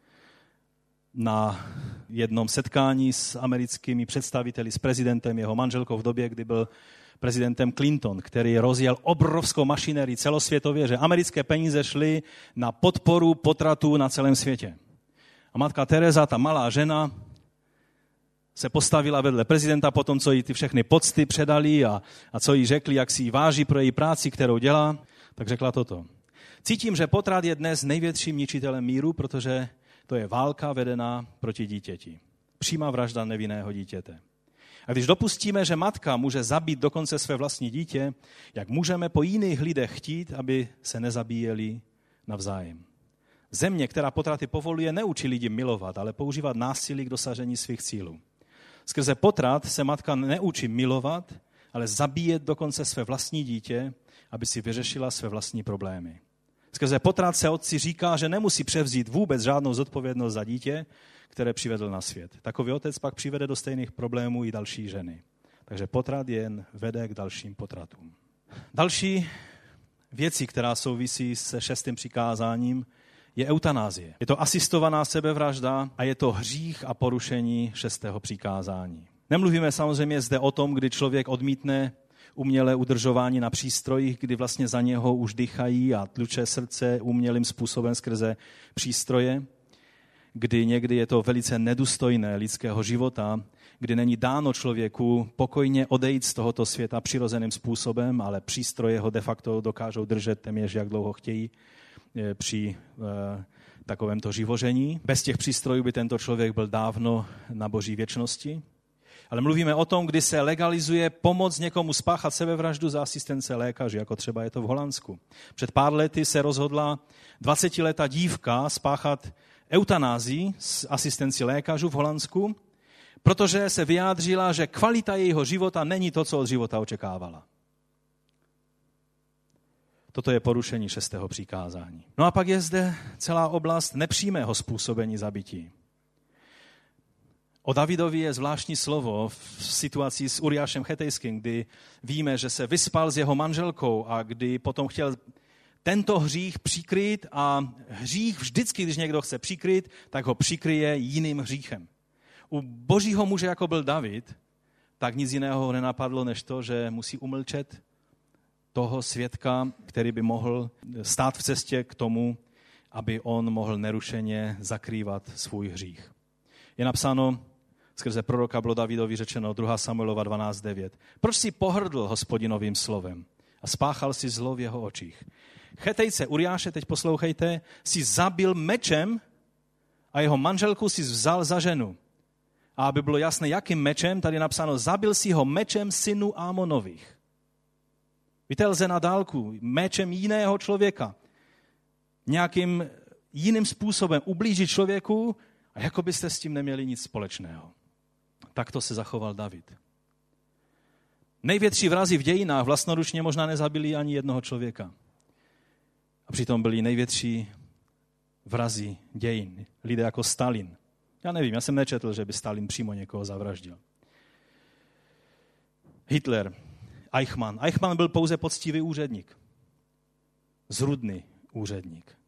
na jednom setkání s americkými představiteli, s prezidentem, jeho manželkou v době, kdy byl prezidentem Clinton, který rozjel obrovskou mašinérii celosvětově, že americké peníze šly na podporu potratů na celém světě. A matka Teresa, ta malá žena, se postavila vedle prezidenta po tom, co jí ty všechny pocty předali a, a co jí řekli, jak si ji váží pro její práci, kterou dělá, tak řekla toto. Cítím, že potrat je dnes největším ničitelem míru, protože to je válka vedená proti dítěti. Přímá vražda nevinného dítěte. A když dopustíme, že matka může zabít dokonce své vlastní dítě, jak můžeme po jiných lidech chtít, aby se nezabíjeli navzájem? Země, která potraty povoluje, neučí lidi milovat, ale používat násilí k dosažení svých cílů. Skrze potrat se matka neučí milovat, ale zabíjet dokonce své vlastní dítě, aby si vyřešila své vlastní problémy. Skrze potrat se otci říká, že nemusí převzít vůbec žádnou zodpovědnost za dítě, které přivedl na svět. Takový otec pak přivede do stejných problémů i další ženy. Takže potrat jen vede k dalším potratům. Další věcí, která souvisí se šestým přikázáním, je eutanázie. Je to asistovaná sebevražda a je to hřích a porušení šestého přikázání. Nemluvíme samozřejmě zde o tom, kdy člověk odmítne umělé udržování na přístrojích, kdy vlastně za něho už dýchají a tluče srdce umělým způsobem skrze přístroje, kdy někdy je to velice nedůstojné lidského života, kdy není dáno člověku pokojně odejít z tohoto světa přirozeným způsobem, ale přístroje ho de facto dokážou držet téměř jak dlouho chtějí při e, takovémto živoření. Bez těch přístrojů by tento člověk byl dávno na boží věčnosti. Ale mluvíme o tom, kdy se legalizuje pomoc někomu spáchat sebevraždu za asistence lékařů, jako třeba je to v Holandsku. Před pár lety se rozhodla dvacetiletá dívka spáchat eutanázii s asistencí lékařů v Holandsku, protože se vyjádřila, že kvalita jejího života není to, co od života očekávala. Toto je porušení šestého přikázání. No a pak je zde celá oblast nepřímého způsobení zabití. O Davidovi je zvláštní slovo v situaci s Uriášem Chetejským, kdy víme, že se vyspal s jeho manželkou a kdy potom chtěl tento hřích přikrýt a hřích vždycky, když někdo chce přikrýt, tak ho přikryje jiným hříchem. U božího muže, jako byl David, tak nic jiného ho nenapadlo, než to, že musí umlčet toho svědka, který by mohl stát v cestě k tomu, aby on mohl nerušeně zakrývat svůj hřích. Je napsáno, skrze proroka bylo Davidovi řečeno, druhá Samuelova dvanáct devět. Proč si pohrdl Hospodinovým slovem a spáchal si zlo v jeho očích? Chetejce Uriáše, teď poslouchejte, si zabil mečem a jeho manželku si vzal za ženu. A aby bylo jasné, jakým mečem, tady je napsáno, zabil si ho mečem synu Ámonových. Víte, lze na dálku mečem jiného člověka nějakým jiným způsobem ublížit člověku a jako byste s tím neměli nic společného. Takto se zachoval David. Největší vrazi v dějinách vlastnoručně možná nezabili ani jednoho člověka. A přitom byli největší vrazi dějin. Lidé jako Stalin. Já nevím, já jsem nečetl, že by Stalin přímo někoho zavraždil. Hitler, Eichmann. Eichmann byl pouze poctivý úředník. Zrůdný úředník.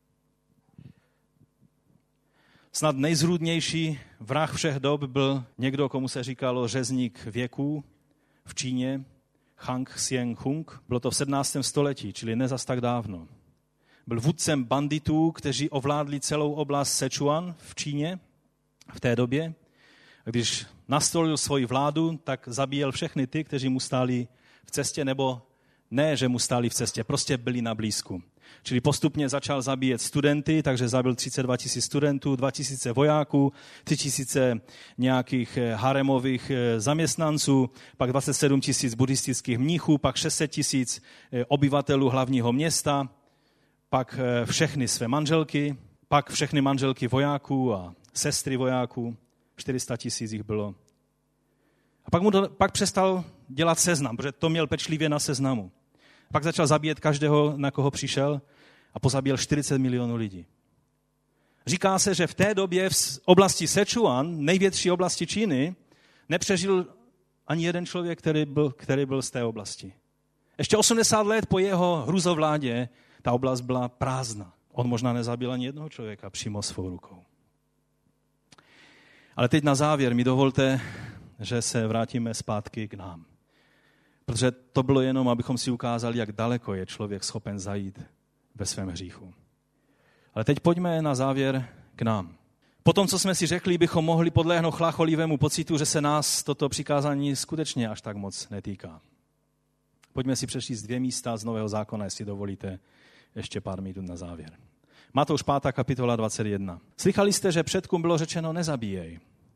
Snad nejzrůdnější vrah všech dob byl někdo, komu se říkalo řezník věků v Číně, Hang Xiang-hung. Bylo to v sedmnáctém století, čili ne zas tak dávno. Byl vůdcem banditů, kteří ovládli celou oblast Sichuan v Číně v té době. Když nastolil svoji vládu, tak zabíjel všechny ty, kteří mu stáli v cestě, nebo ne, že mu stáli v cestě, prostě byli na blízku. Čili postupně začal zabíjet studenty, takže zabil třicet dva tisíc studentů, dva tisíce vojáků, tři tisíce nějakých haremových zaměstnanců, pak dvacet sedm tisíc buddhistických mnichů, pak šest set tisíc obyvatelů hlavního města, pak všechny své manželky, pak všechny manželky vojáků a sestry vojáků, čtyři sta tisíc jich bylo. A pak, mu to, pak přestal dělat seznam, protože to měl pečlivě na seznamu. Pak začal zabíjet každého, na koho přišel a pozabíjel čtyřicet milionů lidí. Říká se, že v té době v oblasti Sichuan, největší oblasti Číny, nepřežil ani jeden člověk, který byl, který byl z té oblasti. Ještě osmdesát let po jeho hrůzovládě ta oblast byla prázdná. On možná nezabil ani jednoho člověka přímo svou rukou. Ale teď na závěr mi dovolte, že se vrátíme zpátky k nám. Protože to bylo jenom, abychom si ukázali, jak daleko je člověk schopen zajít ve svém hříchu. Ale teď pojďme na závěr k nám. Po tom, co jsme si řekli, bychom mohli podléhnout chlácholivému pocitu, že se nás toto přikázání skutečně až tak moc netýká. Pojďme si přečíst dvě místa z Nového zákona, jestli dovolíte ještě pár minut na závěr. Matouš pátá kapitola dvacet jedna. Slychali jste, že předkům bylo řečeno nezabíjej.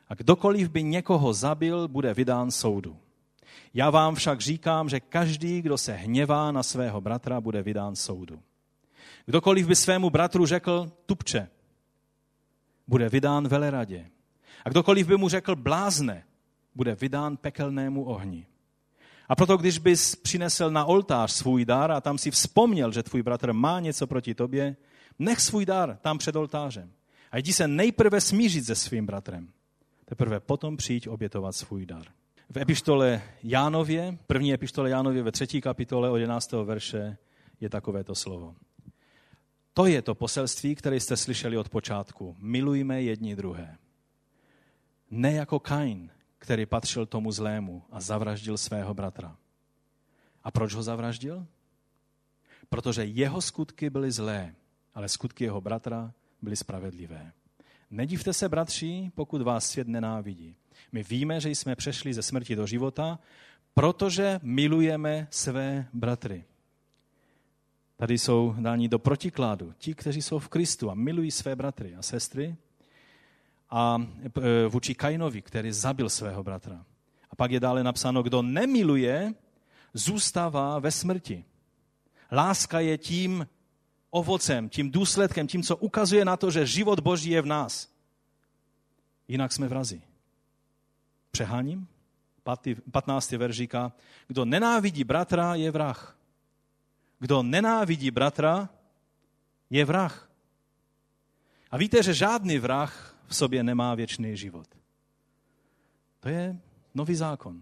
A kdokoliv by někoho zabil, bude vydán soudu. Já vám však říkám, že každý, kdo se hněvá na svého bratra, bude vydán soudu. Kdokoliv by svému bratru řekl tupče, bude vydán veleradě. A kdokoliv by mu řekl blázne, bude vydán pekelnému ohni. A proto, když bys přinesl na oltář svůj dar a tam si vzpomněl, že tvůj bratr má něco proti tobě, nech svůj dar tam před oltářem. A jdi se nejprve smířit se svým bratrem. Teprve potom přijď obětovat svůj dar. V epištole Jánově, první epištole Jánově ve třetí kapitole od jedenáctého verše je takovéto slovo. To je to poselství, které jste slyšeli od počátku. Milujme jedni druhé. Ne jako Kain, který patřil tomu zlému a zavraždil svého bratra. A proč ho zavraždil? Protože jeho skutky byly zlé, ale skutky jeho bratra byly spravedlivé. Nedivte se, bratři, pokud vás svět nenávidí. My víme, že jsme přešli ze smrti do života, protože milujeme své bratry. Tady jsou dáni do protikladu ti, kteří jsou v Kristu a milují své bratry a sestry, a vůči Kainovi, který zabil svého bratra. A pak je dále napsáno, kdo nemiluje, zůstává ve smrti. Láska je tím ovocem, tím důsledkem, tím, co ukazuje na to, že život Boží je v nás. Jinak jsme vrazi. Přeháním? patnáctý verš říká, kdo nenávidí bratra, je vrah. Kdo nenávidí bratra, je vrah. A víte, že žádný vrah v sobě nemá věčný život. To je nový zákon.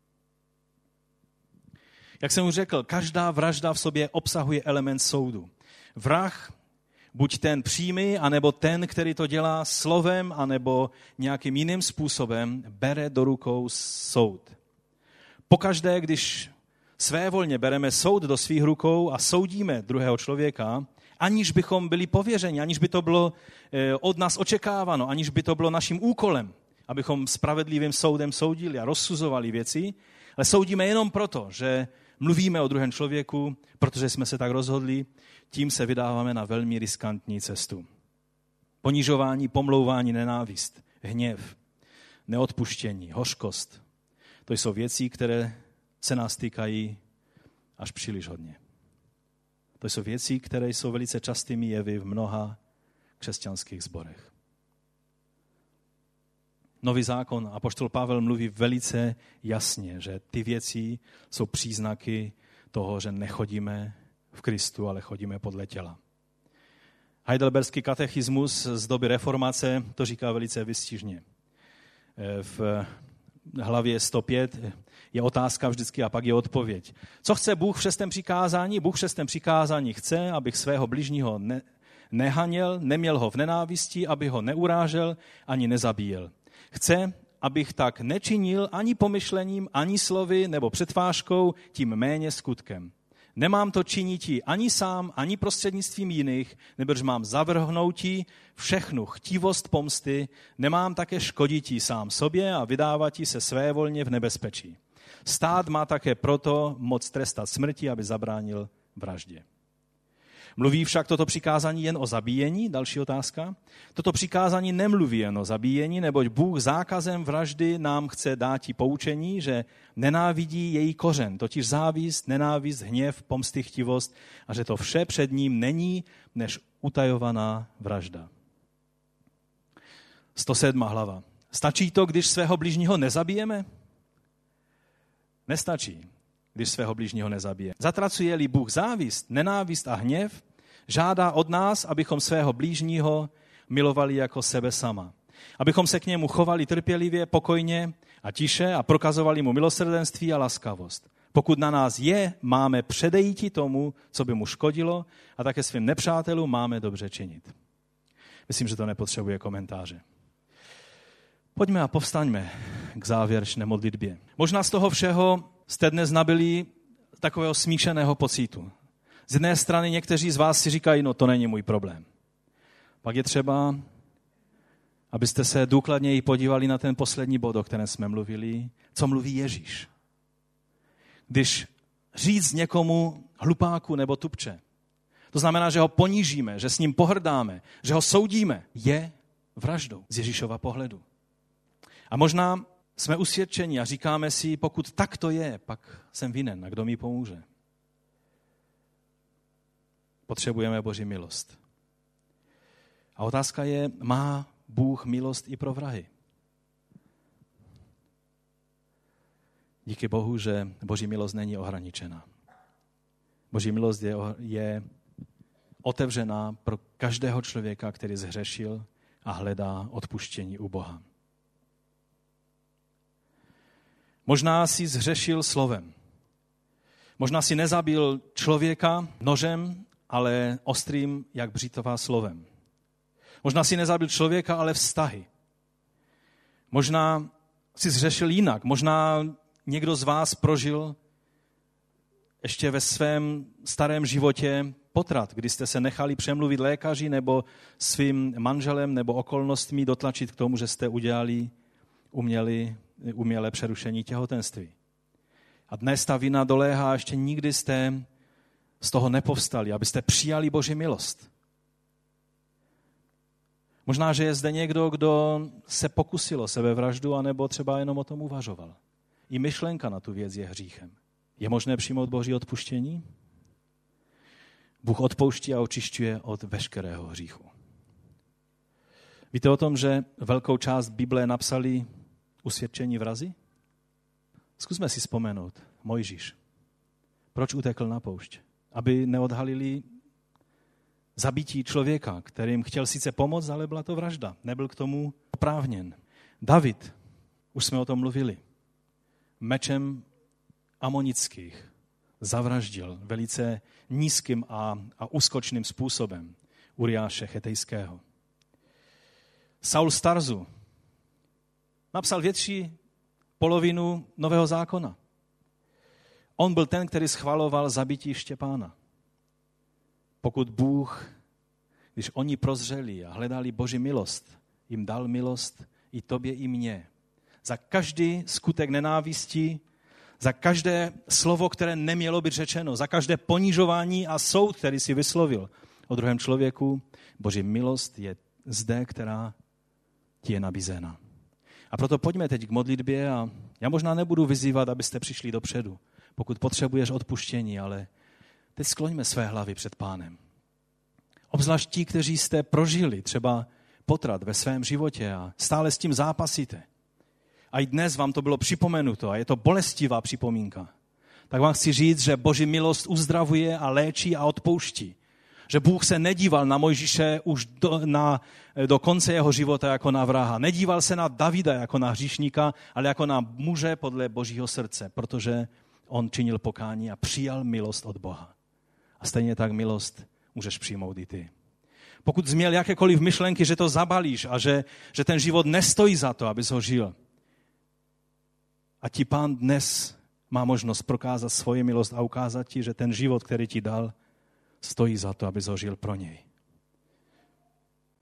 Jak jsem už řekl, každá vražda v sobě obsahuje element soudu. Vrah, buď ten přímý, anebo ten, který to dělá slovem, anebo nějakým jiným způsobem, bere do rukou soud. Pokaždé, když svévolně bereme soud do svých rukou a soudíme druhého člověka, aniž bychom byli pověřeni, aniž by to bylo od nás očekáváno, aniž by to bylo naším úkolem, abychom spravedlivým soudem soudili a rozsuzovali věci, ale soudíme jenom proto, že mluvíme o druhém člověku, protože jsme se tak rozhodli, tím se vydáváme na velmi riskantní cestu. Ponižování, pomlouvání, nenávist, hněv, neodpuštění, hořkost, to jsou věci, které se nás týkají až příliš hodně. To jsou věci, které jsou velice častými jevy v mnoha křesťanských sborech. Nový zákon, apoštol Pavel mluví velice jasně, že ty věci jsou příznaky toho, že nechodíme v Kristu, ale chodíme podle těla. Heidelberský katechismus z doby reformace to říká velice vystižně. V hlavě sto pět je otázka vždycky a pak je odpověď. Co chce Bůh v šestém přikázání? Bůh v šestém přikázání chce, abych svého bližního ne, nehaněl, neměl ho v nenávisti, aby ho neurážel ani nezabíjel. Chce, abych tak nečinil ani pomyšlením, ani slovy nebo přetvářkou, tím méně skutkem. Nemám to činiti ani sám, ani prostřednictvím jiných, nebož mám zavrhnouti všechnu chtivost pomsty, nemám také škodití sám sobě a vydávatí se svévolně v nebezpečí. Stát má také proto moc trestat smrti, aby zabránil vraždě. Mluví však toto přikázání jen o zabíjení? Další otázka. Toto přikázání nemluví jen o zabíjení, neboť Bůh zákazem vraždy nám chce dáti poučení, že nenávidí její kořen, totiž závist, nenávist, hněv, pomstychtivost a že to vše před ním není než utajovaná vražda. sto sedmá hlava. Stačí to, když svého bližního nezabijeme? Nestačí, když svého bližního nezabije. Zatracuje-li Bůh závist, nenávist a hněv, žádá od nás, abychom svého blížního milovali jako sebe sama. Abychom se k němu chovali trpělivě, pokojně a tiše a prokazovali mu milosrdenství a laskavost. Pokud na nás je, máme předejít tomu, co by mu škodilo, a také svým nepřátelům máme dobře činit. Myslím, že to nepotřebuje komentáře. Pojďme a povstaňme k závěrečné modlitbě. Možná z toho všeho jste dnes nabili takového smíšeného pocitu. Z jedné strany někteří z vás si říkají, no to není můj problém. Pak je třeba, abyste se důkladněji podívali na ten poslední bod, o kterém jsme mluvili, co mluví Ježíš. Když říct někomu hlupáku nebo tupče, to znamená, že ho ponížíme, že s ním pohrdáme, že ho soudíme, je vraždou z Ježíšova pohledu. A možná jsme usvědčeni a říkáme si, pokud tak to je, pak jsem vinen a kdo mi pomůže. Potřebujeme Boží milost. A otázka je, má Bůh milost i pro vrahy? Díky Bohu, že Boží milost není ohraničená. Boží milost je, je otevřená pro každého člověka, který zhřešil a hledá odpuštění u Boha. Možná si zhřešil slovem. Možná si nezabil člověka nožem, ale ostrým jak břitová slovem. Možná si nezabil člověka, ale vztahy. Možná si zhřešil jinak. Možná někdo z vás prožil ještě ve svém starém životě potrat, kdy jste se nechali přemluvit lékaři nebo svým manželem nebo okolnostmi dotlačit k tomu, že jste udělali uměli, umělé přerušení těhotenství. A dnes ta vina doléhá, ještě nikdy jste z toho nepovstali, abyste přijali Boží milost. Možná, že je zde někdo, kdo se pokusil o sebevraždu, anebo třeba jenom o tom uvažoval. I myšlenka na tu věc je hříchem. Je možné přijmout Boží odpuštění? Bůh odpouští a očišťuje od veškerého hříchu. Víte o tom, že velkou část Bible napsali usvědčení vrazi? Zkusme si vzpomenout. Mojžíš. Proč utekl na poušť? Aby neodhalili zabití člověka, kterým chtěl sice pomoct, ale byla to vražda. Nebyl k tomu oprávněn. David, už jsme o tom mluvili, mečem amonických zavraždil velice nízkým a, a úskočným způsobem Uriáše Chetejského. Saul z Tarzu napsal větší polovinu Nového zákona. On byl ten, který schvaloval zabití Štěpána. Pokud Bůh, když oni prozřeli a hledali Boží milost, jim dal milost i tobě, i mně. Za každý skutek nenávisti, za každé slovo, které nemělo být řečeno, za každé ponižování a soud, který si vyslovil o druhém člověku, Boží milost je zde, která ti je nabízena. A proto pojďme teď k modlitbě a já možná nebudu vyzývat, abyste přišli dopředu, pokud potřebuješ odpuštění, ale teď skloňme své hlavy před Pánem. Obzvlášť ti, kteří jste prožili třeba potrat ve svém životě a stále s tím zápasíte. A i dnes vám to bylo připomenuto a je to bolestivá připomínka. Tak vám chci říct, že Boží milost uzdravuje a léčí a odpouští. Že Bůh se nedíval na Mojžíše už do, na, do konce jeho života jako na vraha. Nedíval se na Davida jako na hříšníka, ale jako na muže podle Božího srdce, protože on činil pokání a přijal milost od Boha. A stejně tak milost můžeš přijmout i ty. Pokud jsi měl jakékoliv myšlenky, že to zabalíš a že, že ten život nestojí za to, abys ho žil, a ti Pán dnes má možnost prokázat svoji milost a ukázat ti, že ten život, který ti dal, stojí za to, abys ho žil pro něj.